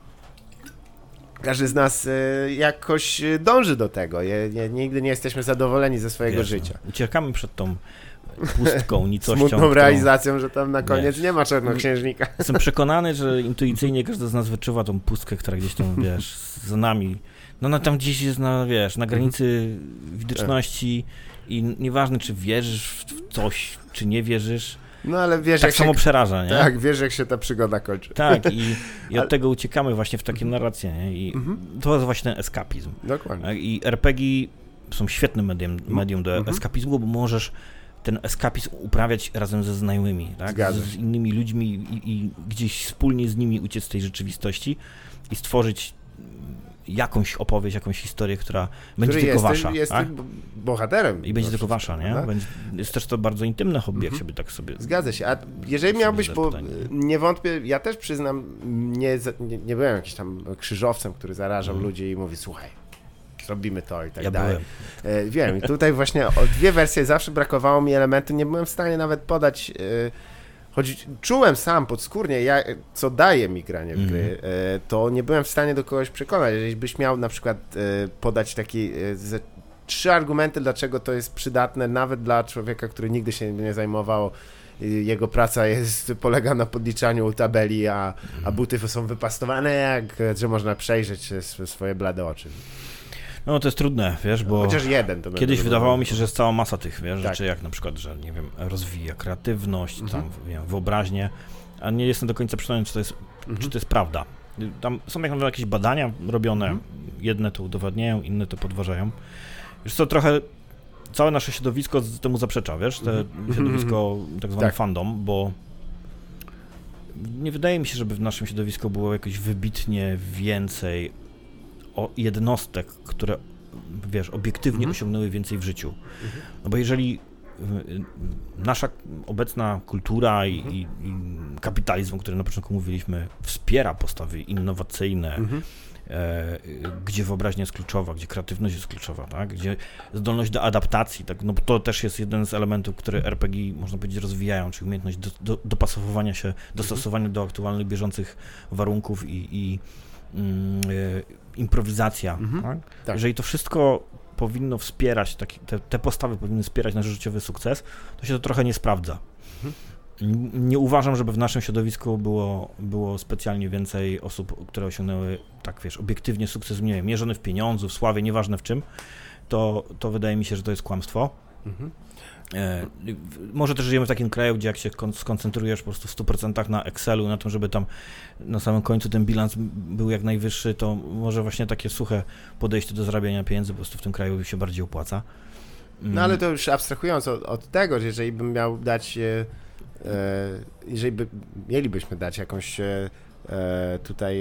każdy z nas jakoś dąży do tego. Nigdy nie jesteśmy zadowoleni ze swojego życia. Uciekamy przed tą pustką, nicością. Smutną realizacją, że tam na koniec nie ma czarnoksiężnika. Jestem przekonany, że intuicyjnie każdy z nas wyczuwa tą pustkę, która gdzieś tam, wiesz, za nami. No ona tam gdzieś jest na granicy widoczności i nieważne, czy wierzysz w coś, czy nie wierzysz. No ale wiesz, tak samo przeraża, nie? Tak, wiesz, jak się ta przygoda kończy. Tak, i od tego uciekamy właśnie w takie narracje, nie? I to jest właśnie ten eskapizm. Dokładnie. I RPG są świetnym medium do eskapizmu, bo możesz ten eskapizm uprawiać razem ze znajomymi, tak? Z innymi ludźmi i gdzieś wspólnie z nimi uciec z tej rzeczywistości i stworzyć jakąś opowieść, jakąś historię, która będzie tylko wasza. Jest tak? bohaterem. I będzie tylko wasza, nie? No? Jest też to bardzo intymne hobby, jak sobie tak sobie... Zgadza się. A jeżeli miałbyś, bo nie wątpię, ja też przyznam, nie byłem jakimś tam krzyżowcem, który zarażał ludzi i mówi, słuchaj, zrobimy to i tak dalej. Wiem, i tutaj właśnie o dwie wersje zawsze brakowało mi elementu, nie byłem w stanie nawet podać... Choć czułem sam podskórnie, co daje mi granie w gry, to nie byłem w stanie do kogoś przekonać. Jeżeli byś miał na przykład podać takie 3 argumenty, dlaczego to jest przydatne, nawet dla człowieka, który nigdy się nie zajmował, jego praca polega na podliczaniu tabeli, a buty są wypastowane, że można przejrzeć swoje blade oczy. No to jest trudne, wiesz, bo chociaż jeden to kiedyś wydawało mi się, że jest cała masa tych, wiesz, rzeczy, jak na przykład, że nie wiem, rozwija kreatywność, tam, wiem, wyobraźnię, a nie jestem do końca przekonany, czy to jest prawda. Tam są jakieś badania robione, jedne to udowadniają, inne to podważają. Wiesz co, trochę całe nasze środowisko temu zaprzecza, wiesz, środowisko tak zwane fandom, bo nie wydaje mi się, żeby w naszym środowisku było jakoś wybitnie więcej jednostek, które, wiesz, obiektywnie osiągnęły więcej w życiu. No bo jeżeli nasza obecna kultura i kapitalizm, o którym na początku mówiliśmy, wspiera postawy innowacyjne, gdzie wyobraźnia jest kluczowa, gdzie kreatywność jest kluczowa, tak? Gdzie zdolność do adaptacji, tak? No to też jest jeden z elementów, które RPG, można powiedzieć, rozwijają, czyli umiejętność dopasowywania się, dostosowania do aktualnych, bieżących warunków i improwizacja. Tak? Tak. Jeżeli to wszystko powinno wspierać, te postawy powinny wspierać nasz życiowy sukces, to się to trochę nie sprawdza. Nie uważam, żeby w naszym środowisku było specjalnie więcej osób, które osiągnęły, tak wiesz, obiektywnie sukces, nie wiem, mierzony w pieniądzu, w sławie, nieważne w czym, to wydaje mi się, że to jest kłamstwo. Może też żyjemy w takim kraju, gdzie jak się skoncentrujesz po prostu w 100% na Excelu, na tym, żeby tam na samym końcu ten bilans był jak najwyższy, to może właśnie takie suche podejście do zarabiania pieniędzy po prostu w tym kraju się bardziej opłaca. No ale to już abstrahując od tego, że jeżeli bym miał dać, mielibyśmy dać jakąś tutaj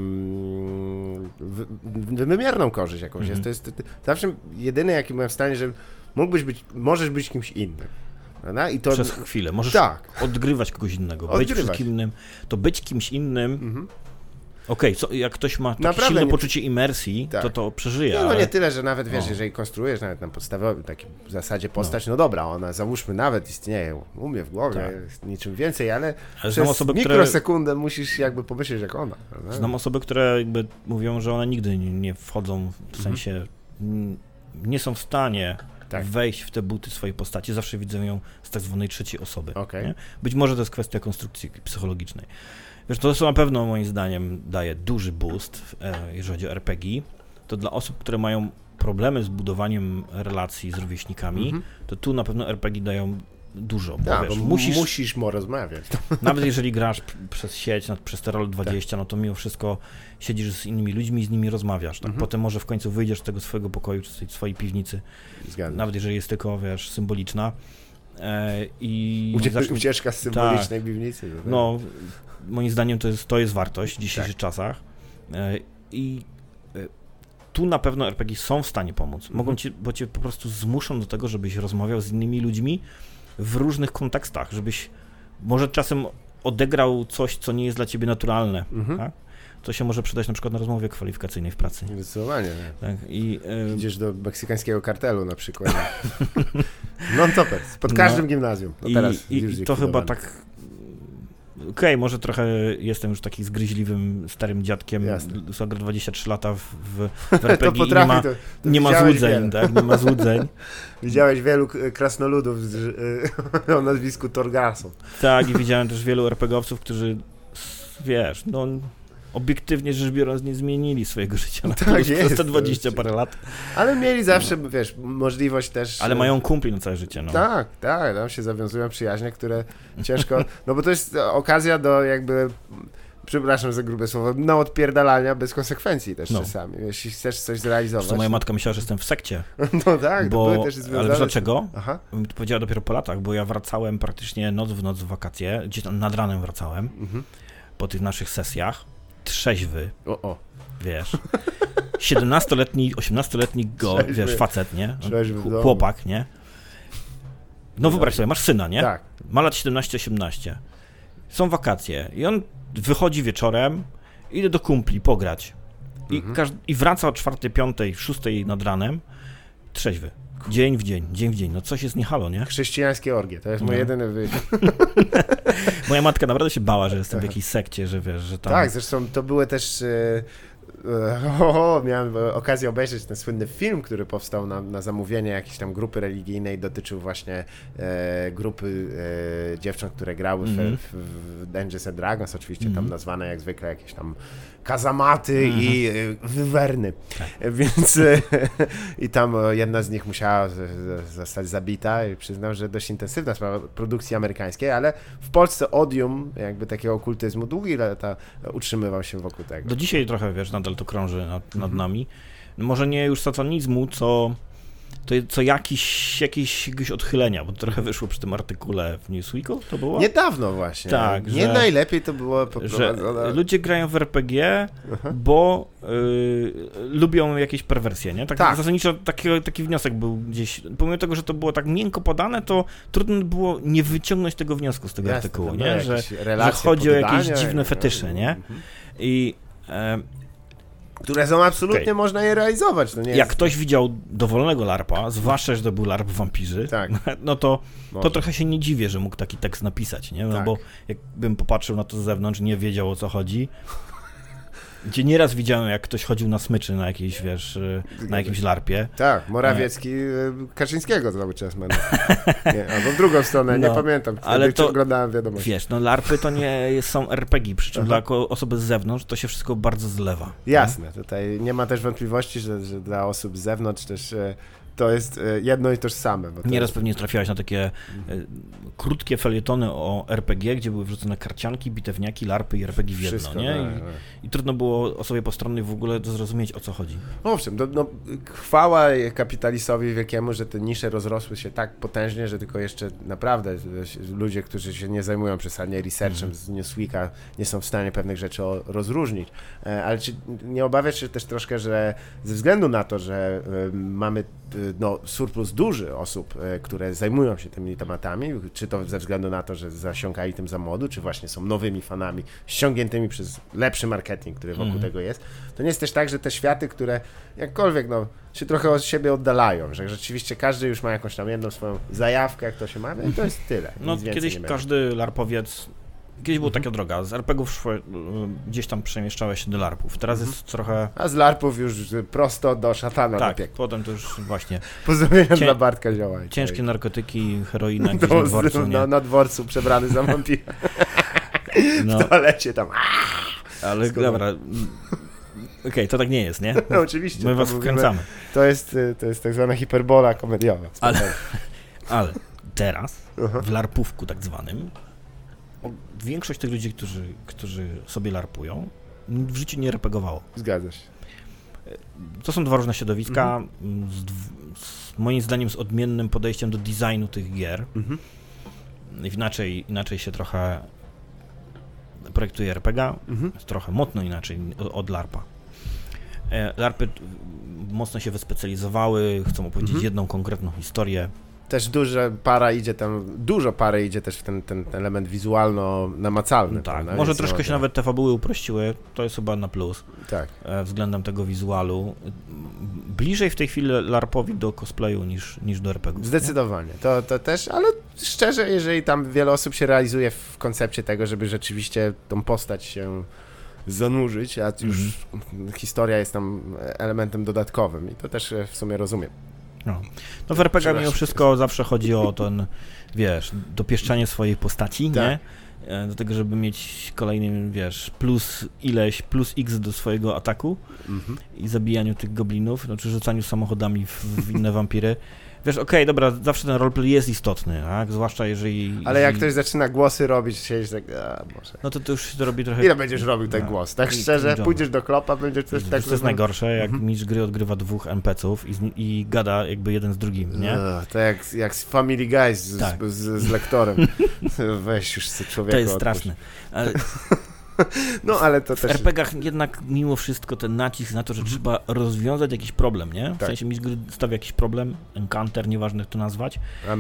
wymierną korzyść jakąś jest, to jest zawsze jedyny, jaki byłem w stanie, że możesz być kimś innym. Prawda? I to przez chwilę. Możesz odgrywać kogoś innego. Być wszystkim innym. To być kimś innym. Okej, jak ktoś ma takie silne poczucie imersji, to przeżyje. Nie tyle, że nawet wiesz, jeżeli konstruujesz nawet na podstawowym takim zasadzie postać, no dobra, ona załóżmy nawet istnieje u mnie w głowie, niczym więcej, ale przez mikrosekundę musisz jakby pomyśleć jak ona. Prawda? Znam osoby, które jakby mówią, że one nigdy nie wchodzą, w sensie nie są w stanie wejść w te buty swojej postaci, zawsze widzę ją z tak zwanej trzeciej osoby. Okay. Nie? Być może to jest kwestia konstrukcji psychologicznej. Wiesz, to na pewno moim zdaniem daje duży boost, jeżeli chodzi o RPG. To dla osób, które mają problemy z budowaniem relacji z rówieśnikami, to tu na pewno RPG dają dużo, bo, wiesz, musisz rozmawiać. Nawet jeżeli grasz przez sieć, przez te Roll20, no to mimo wszystko siedzisz z innymi ludźmi i z nimi rozmawiasz. Tak? Potem może w końcu wyjdziesz z tego swojego pokoju, czy z tej swojej piwnicy, nawet jeżeli jest tylko, wiesz, symboliczna. Ucieczka z symbolicznej piwnicy. No, moim zdaniem to jest wartość w dzisiejszych czasach. Tu na pewno RPG są w stanie pomóc. Mogą ci, bo cię po prostu zmuszą do tego, żebyś rozmawiał z innymi ludźmi w różnych kontekstach, żebyś może czasem odegrał coś, co nie jest dla ciebie naturalne. Tak? To się może przydać na przykład na rozmowie kwalifikacyjnej w pracy. Zdecydowanie. Tak? Idziesz do meksykańskiego kartelu na przykład. Non-toppers, pod każdym gimnazjum. I to chyba tak... Okej, może trochę jestem już taki zgryźliwym starym dziadkiem, zagra 23 lata w RPG i nie ma złudzeń, tak? Nie ma złudzeń. Widziałeś wielu krasnoludów o nazwisku Torgarson. Tak, i widziałem też wielu RPGowców, którzy, wiesz, no obiektywnie rzecz biorąc nie zmienili swojego życia na przez te 20 parę lat. Ale mieli zawsze, wiesz, możliwość też... Ale mają kumpli na całe życie, no. Tak, tam się zawiązują przyjaźnie, które ciężko... No bo to jest okazja do jakby... Przepraszam za grube słowo, na odpierdalania bez konsekwencji też czasami. Jeśli chcesz coś zrealizować. Zresztą moja matka myślała, że jestem w sekcie. No tak, to były też związane. Ale wiesz dlaczego? Mi to powiedziała dopiero po latach, bo ja wracałem praktycznie noc w wakacje, gdzieś tam nad ranem wracałem, po tych naszych sesjach, trzeźwy, wiesz, 17-letni, 18-letni wiesz, facet, nie? Chłopak, nie? No wyobraź sobie, masz syna, nie? Tak. Ma lat 17-18. Są wakacje i on wychodzi wieczorem, idzie do kumpli pograć i wraca o 4, 5, 6 nad ranem trzeźwy. Dzień w dzień. No coś jest nie halo, nie? Chrześcijańskie orgie, to jest mój jedyny wyjście. Moja matka naprawdę się bała, że jestem w jakiejś sekcie, że wiesz, że tam... Tak, zresztą to były też... miałem okazję obejrzeć ten słynny film, który powstał na zamówienie jakiejś tam grupy religijnej, dotyczył właśnie grupy dziewcząt, które grały w Dungeons and Dragons, oczywiście tam nazwane jak zwykle jakieś tam kazamaty i wywerny. Tak. Więc i tam jedna z nich musiała zostać zabita i przyznam, że dość intensywna sprawa produkcji amerykańskiej, ale w Polsce odium jakby takiego okultyzmu długie lata utrzymywał się wokół tego. Do dzisiaj trochę, wiesz, nadal to krąży nad nami. Może nie już satanizmu, co jakieś odchylenia, bo to trochę wyszło przy tym artykule w Newsweeku, to było? Niedawno właśnie. Tak, nie najlepiej to było poprowadzone. Że ludzie grają w RPG, bo lubią jakieś perwersje, nie? Tak. Zasadniczo taki wniosek był gdzieś, pomimo tego, że to było tak miękko podane, to trudno było nie wyciągnąć tego wniosku z tego artykułu, nie? Że chodzi o jakieś dziwne fetysze, nie? I... które są absolutnie, można je realizować. To nie jak ktoś widział dowolnego larpa, zwłaszcza, że to był larp wampirzy, no to trochę się nie dziwię, że mógł taki tekst napisać, nie? No bo jakbym popatrzył na to z zewnątrz, nie wiedział, o co chodzi. Gdzie nieraz widziałem, jak ktoś chodził na smyczy na jakiejś, wiesz, na jakimś larpie. Tak, Morawiecki Kaczyńskiego cały czas ma. Albo w drugą stronę, nie pamiętam. Ale to oglądałem wiadomości. Wiesz, larpy to nie są RPG, przy czym dla osoby z zewnątrz to się wszystko bardzo zlewa. Jasne, nie? Tutaj nie ma też wątpliwości, że dla osób z zewnątrz też to jest jedno i tożsame. Nieraz pewnie trafiałeś na takie krótkie felietony o RPG, gdzie były wrzucone karcianki, bitewniaki, larpy i RPG w jedno, wszystko, nie? I trudno było osobie postronnej w ogóle zrozumieć, o co chodzi. Owszem, chwała kapitalistowi wielkiemu, że te nisze rozrosły się tak potężnie, że tylko jeszcze naprawdę ludzie, którzy się nie zajmują przesadnie researchem z Newsweeka, nie są w stanie pewnych rzeczy rozróżnić. Ale czy nie obawiasz się też troszkę, że ze względu na to, że mamy surplus duży osób, które zajmują się tymi tematami, czy to ze względu na to, że zasiąkali tym za młodu, czy właśnie są nowymi fanami, ściągniętymi przez lepszy marketing, który wokół tego jest, to nie jest też tak, że te światy, które jakkolwiek się trochę od siebie oddalają, że rzeczywiście każdy już ma jakąś tam jedną swoją zajawkę, jak to się ma, i to jest tyle. Kiedyś każdy larpowiec Kiedyś była taka droga, z RPGów gdzieś tam przemieszczałeś się do LARPów, teraz jest trochę... A z LARPów już prosto do szatana. Tak, potem to już właśnie... Pozdrowienia dla Bartka Zioła. Ciężkie narkotyki, heroina gdzieś na dworcu, nie? Na dworcu przebrany za wampira. W toalecie tam. Ale dobra... Okej, to tak nie jest, nie? No oczywiście. My was wkręcamy. To jest tak zwana hiperbola komediowa. Ale teraz, w larpówku tak zwanym, większość tych ludzi, którzy sobie larpują, w życiu nie RPGowało. Zgadza się. To są dwa różne środowiska, moim zdaniem z odmiennym podejściem do designu tych gier. Inaczej się trochę projektuje RPG, trochę mocno inaczej od LARPa. LARPy mocno się wyspecjalizowały, chcą opowiedzieć jedną konkretną historię. Też dużo pary idzie też w ten element wizualno-namacalny. Tak, może troszkę się nawet te fabuły uprościły, to jest chyba na plus. Tak. Względem tego wizualu. Bliżej w tej chwili LARPowi do cosplayu niż do RPG. Zdecydowanie, to też, ale szczerze, jeżeli tam wiele osób się realizuje w koncepcie tego, żeby rzeczywiście tą postać się zanurzyć, a już historia jest tam elementem dodatkowym i to też w sumie rozumiem. No w RPG mimo wszystko zawsze chodzi o ten, wiesz, dopieszczanie swojej postaci, tak. Nie? Do tego, żeby mieć kolejny, wiesz, plus X do swojego ataku i zabijaniu tych goblinów, czy rzucaniu samochodami w inne wampiry. Wiesz, okej, dobra, zawsze ten roleplay jest istotny, tak? Zwłaszcza jeżeli... Ale jak ktoś zaczyna głosy robić, siedzieć tak, może... No to już się robi trochę... Ile będziesz robił ten głos? Tak szczerze, pójdziesz do klopa, będziesz coś tak... To jest najgorsze, jak mistrz gry odgrywa dwóch NPC-ów i gada jakby jeden z drugim, nie? To jak z Family Guy z lektorem. Weź już sobie człowieka. To jest straszne. Ale... No, ale to w też... RPG-ach jednak mimo wszystko ten nacisk na to, że trzeba rozwiązać jakiś problem, nie? W sensie mistrz gry stawia jakiś problem, encounter, nieważne jak to nazwać.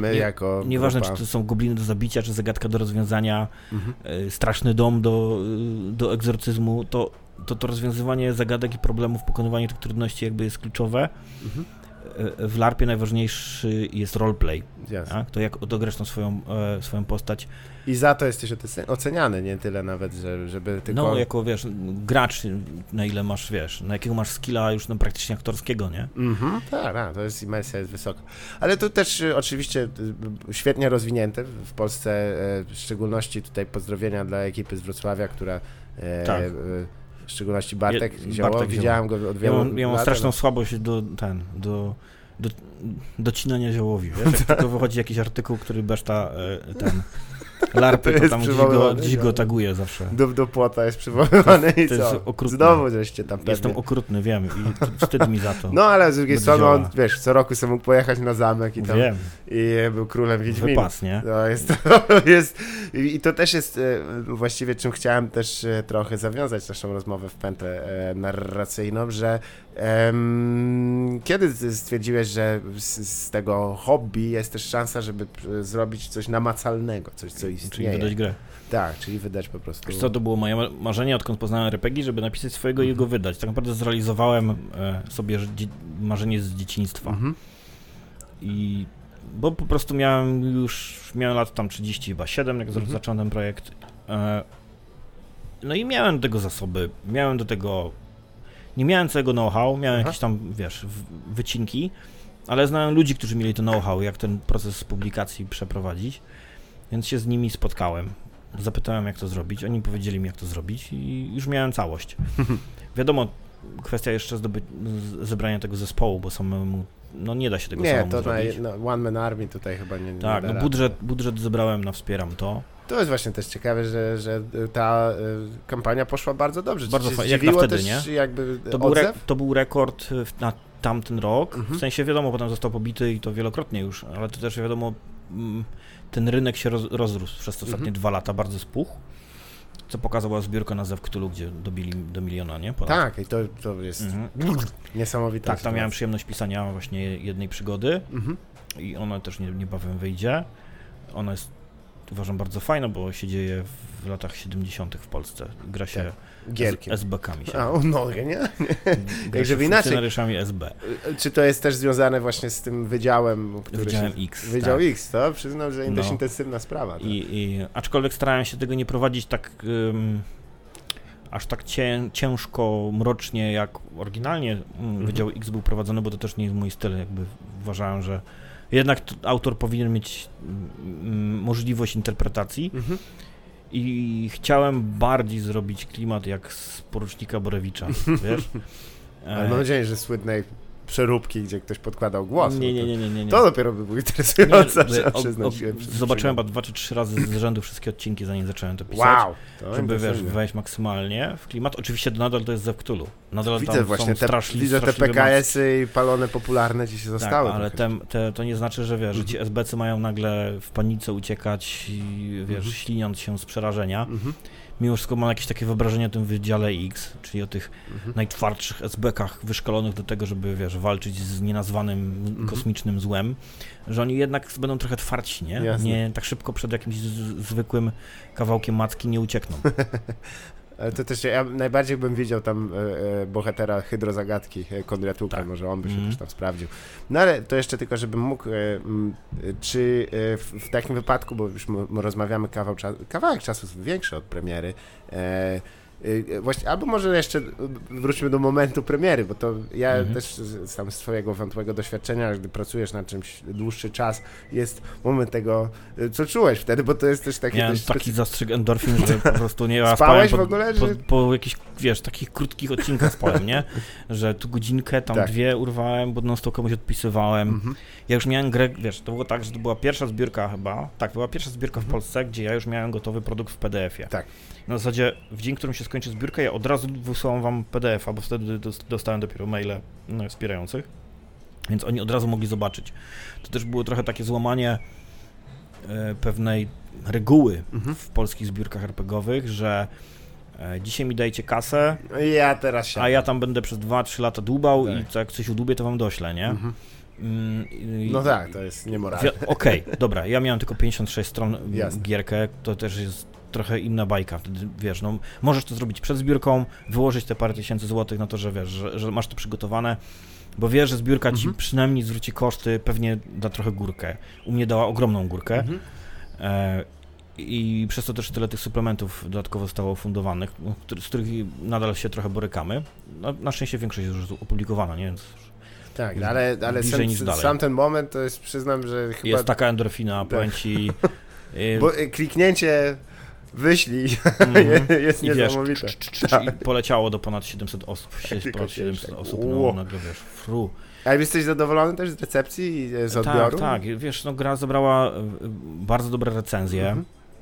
I za to jesteś oceniany, nie tyle nawet, żeby tylko... No, jako, wiesz, gracz, na ile masz, wiesz, na jakiego masz skilla już praktycznie aktorskiego, nie? Tak, to jest imersja, jest wysoka. Ale to też oczywiście świetnie rozwinięte w Polsce, w szczególności tutaj pozdrowienia dla ekipy z Wrocławia, która... w szczególności Bartek Zioło, widziałem go od wielu lat. Ja mam straszną słabość do docinania Ziołowi, wiesz? Jak tylko wychodzi jakiś artykuł, który beszta LARPy, to tam gdzieś go taguje zawsze. Do płota jest przywoływany i to co? Jest okrutne. Znowu żeście tam pewnie. Jestem okrutny, wiem i wstyd mi za to. No ale z drugiej strony on, wiesz, co roku sobie mógł pojechać na zamek i tam i był królem Wiedźmina. Wypas, nie? I to też jest właściwie czym chciałem też trochę zawiązać naszą rozmowę w pętlę narracyjną, że kiedy stwierdziłeś, że z tego hobby jest też szansa, żeby zrobić coś namacalnego, coś co istnieje. Czyli wydać grę. Tak, czyli wydać po prostu. Wiesz co, to było moje marzenie, odkąd poznałem RPG, żeby napisać swojego i go wydać. Tak naprawdę zrealizowałem sobie marzenie z dzieciństwa. Bo po prostu miałem lat tam 37, jak zacząłem ten projekt. No i miałem do tego zasoby, nie miałem całego know-how, miałem jakieś tam, wiesz, wycinki, ale znałem ludzi, którzy mieli to know-how, jak ten proces publikacji przeprowadzić, więc się z nimi spotkałem. Zapytałem, jak to zrobić, oni powiedzieli mi, jak to zrobić i już miałem całość. Wiadomo, kwestia jeszcze zebrania tego zespołu, bo samemu, nie da się tego samemu zrobić. Nie, to One Man Army tutaj chyba nie tak, nie budżet zebrałem na Wspieram to. To jest właśnie też ciekawe, że ta kampania poszła bardzo dobrze. Bardzo fajnie, jak na wtedy, też nie? Jakby to był rekord na tamten rok, w sensie wiadomo, potem został pobity i to wielokrotnie już, ale to też wiadomo, ten rynek się rozrósł przez ostatnie 2 lata, bardzo spuchł, co pokazała zbiórka na Zew Cthulhu, gdzie dobili do 1 000 000, nie? Tak, i to jest niesamowite. Tak, tam miałem przyjemność pisania właśnie jednej przygody i ona też niebawem wyjdzie. Ona jest uważam bardzo fajna, bo się dzieje w latach 70. w Polsce. Gra się Gierki. SB-kami. No, nie? Jakże funkcjonariuszami SB. Czy to jest też związane właśnie z tym wydziałem, który Wydziałem X. Wydział tak. X, to przyznam, że dość intensywna sprawa. Tak. Aczkolwiek starałem się tego nie prowadzić tak aż tak ciężko, mrocznie jak oryginalnie Wydział X był prowadzony, bo to też nie jest mój styl. Jakby uważałem, że jednak autor powinien mieć możliwość interpretacji. I chciałem bardziej zrobić klimat jak z Porucznika Borewicza, wiesz? Ale mam nadzieję, że słynnej przeróbki, gdzie ktoś podkładał głos. Nie. To dopiero by było interesujące, Zobaczyłem chyba 2 czy 3 razy z rzędu wszystkie odcinki, zanim zacząłem to pisać. Wow! To żeby, wiesz, wejść maksymalnie w klimat. Oczywiście nadal to jest ze Cthulhu. Nadal widzę tam właśnie, są widzę te PKS-y i palone popularne ci się zostały. Tak, ale to nie znaczy, że wiesz, że ci SB-cy mają nagle w panice uciekać i wiesz, śliniąc się z przerażenia. Mimo wszystko mam jakieś takie wyobrażenie o tym Wydziale X, czyli o tych najtwardszych SB-kach wyszkolonych do tego, żeby, wiesz, walczyć z nienazwanym kosmicznym złem, że oni jednak będą trochę twardsi, nie? Jasne. Nie tak szybko przed jakimś zwykłym kawałkiem macki nie uciekną. Ale to też, ja najbardziej bym widział tam bohatera Hydrozagadki, Konrad Łupel, może on by się też tam sprawdził. No ale to jeszcze tylko, żebym mógł, czy w takim wypadku, bo już rozmawiamy kawałek czasu większy od premiery, właśnie, albo może jeszcze wróćmy do momentu premiery, bo to ja też z swojego wątłego doświadczenia, gdy pracujesz nad czymś dłuższy czas, jest moment tego, co czułeś wtedy, bo to jest też taki... Miałem taki zastrzyk endorfin, że po prostu nie... Spałeś w ogóle? Po jakichś, wiesz, takich krótkich odcinkach spałem, nie? Że tu godzinkę, tam 2 urwałem, bo non-stop komuś odpisywałem. Ja już miałem grę, wiesz, to było tak, że to była pierwsza zbiórka chyba, była pierwsza zbiórka w Polsce, gdzie ja już miałem gotowy produkt w PDF-ie. Tak. Na zasadzie w dzień, w którym się skończy zbiórka, ja od razu wysyłam wam PDF-a, bo wtedy dostałem dopiero maile wspierających, więc oni od razu mogli zobaczyć. To też było trochę takie złamanie pewnej reguły w polskich zbiórkach RPG-owych, że dzisiaj mi dajcie kasę, a ja tam będę przez 2-3 lata dłubał i co, jak coś udłubię, to wam doślę, nie? No tak, to jest niemoralne. Okej, dobra, ja miałem tylko 56 stron gierkę, to też jest trochę inna bajka, wtedy wiesz, no możesz to zrobić przed zbiórką, wyłożyć te parę tysięcy złotych na to, że wiesz, że masz to przygotowane, bo wiesz, że zbiórka ci przynajmniej zwróci koszty, pewnie da trochę górkę. U mnie dała ogromną górkę i przez to też tyle tych suplementów dodatkowo zostało fundowanych, z których nadal się trochę borykamy. No, na szczęście większość jest już opublikowana, nie? Więc tak, ale sam ten moment to jest, przyznam, że chyba... Jest taka endorfina, powiem ci... Bo kliknięcie wyślij jest niesamowite. I poleciało do ponad 700 osób. Ponad 700 osób, no nagle wiesz, fru. A jesteś zadowolony też z recepcji i z odbioru? Tak, wiesz, no gra zebrała bardzo dobre recenzje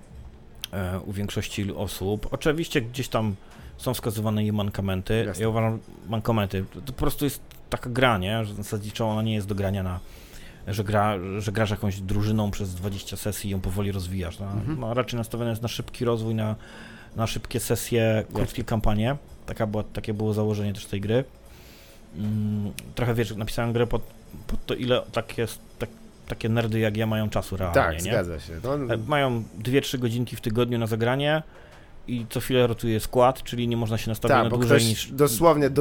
u większości osób. Oczywiście gdzieś tam są wskazywane jej mankamenty. Jasne. Ja uważam, mankamenty, to po prostu jest taka gra, nie? Że zasadniczo ona nie jest do grania na że grasz jakąś drużyną przez 20 sesji i ją powoli rozwijasz. No, raczej nastawione jest na szybki rozwój, na szybkie sesje, krótkie kampanie. Takie było założenie też tej gry. Trochę wiesz, napisałem grę pod to, ile takie nerdy jak ja mają czasu realnie. Tak, nie? Zgadza się. No. Mają 2-3 godzinki w tygodniu na zagranie i co chwilę rotuje skład, czyli nie można się nastawić na dłużej niż... Dosłownie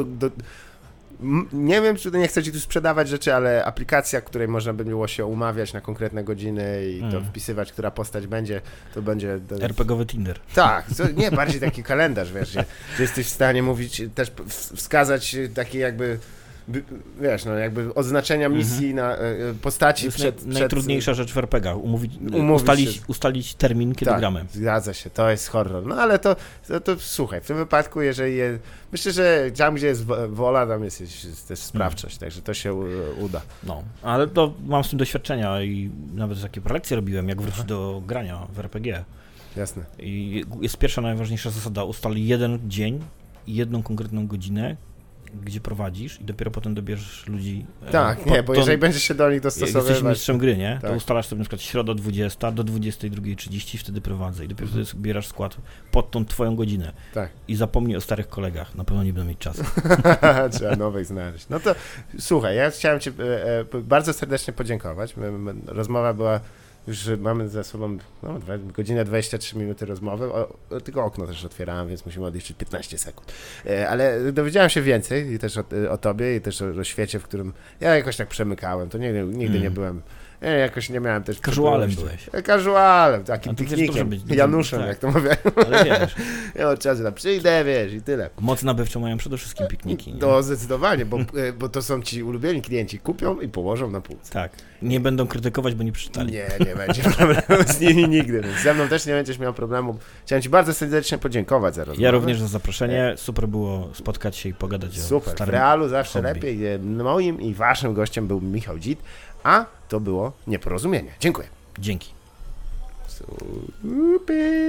nie wiem, czy nie chcę ci tu sprzedawać rzeczy, ale aplikacja, w której można by było się umawiać na konkretne godziny i to wpisywać, która postać będzie, to będzie... RPG-owy Tinder. Tak, nie, bardziej taki kalendarz, wiesz, że jesteś w stanie mówić, też wskazać takie jakby, wiesz, no jakby oznaczenia misji na postaci przed... Najtrudniejsza rzecz w RPG, ustalić termin, kiedy gramy. Zgadza się, to jest horror. No ale to słuchaj, w tym wypadku, jeżeli myślę, że tam, gdzie jest wola, tam jest też sprawczość, także to się uda. No, ale to mam z tym doświadczenia i nawet takie prelekcje robiłem, jak wrócić do grania w RPG. Jasne. I jest pierwsza, najważniejsza zasada, ustal jeden dzień i jedną konkretną godzinę, gdzie prowadzisz i dopiero potem dobierzesz ludzi. Tak, bo jeżeli będziesz się do nich dostosowywać... Jesteś mistrzem gry, nie? Tak. To ustalasz sobie na przykład środa 20 do 22:30 wtedy prowadzę i dopiero wtedy zbierasz skład pod tą twoją godzinę. Tak. I zapomnij o starych kolegach, na pewno nie będą mieć czasu. Trzeba nowych znaleźć. No to słuchaj, ja chciałem ci bardzo serdecznie podziękować. Rozmowa była Już mamy za sobą godzinę 23 minuty rozmowy, tylko okno też otwierałem, więc musimy odliczyć 15 sekund. Ale dowiedziałem się więcej i też o tobie i też o świecie, w którym ja jakoś tak przemykałem. To nigdy nie byłem... Ja jakoś nie miałem też... Casualem byłeś. Casualem, takim piknikiem, Januszem, tak. Jak to mówię. Ale wiesz. Ja od czasu przyjdę, wiesz, i tyle. Moc nabywczą mają przede wszystkim pikniki. Nie? To zdecydowanie, bo to są ci ulubieni klienci. Kupią i położą na półce. Tak. Nie będą krytykować, bo nie przeczytali. Nie będzie problemu z nimi nigdy. Więc ze mną też nie będziesz miał problemu. Chciałem ci bardzo serdecznie podziękować za rozmowę. Ja również za zaproszenie. Super było spotkać się i pogadać o Super. W realu zawsze hobby. lepiej. Moim i waszym gościem był Michał Dzid, a to było Nieporozumienie. Dziękuję. Dzięki. Super.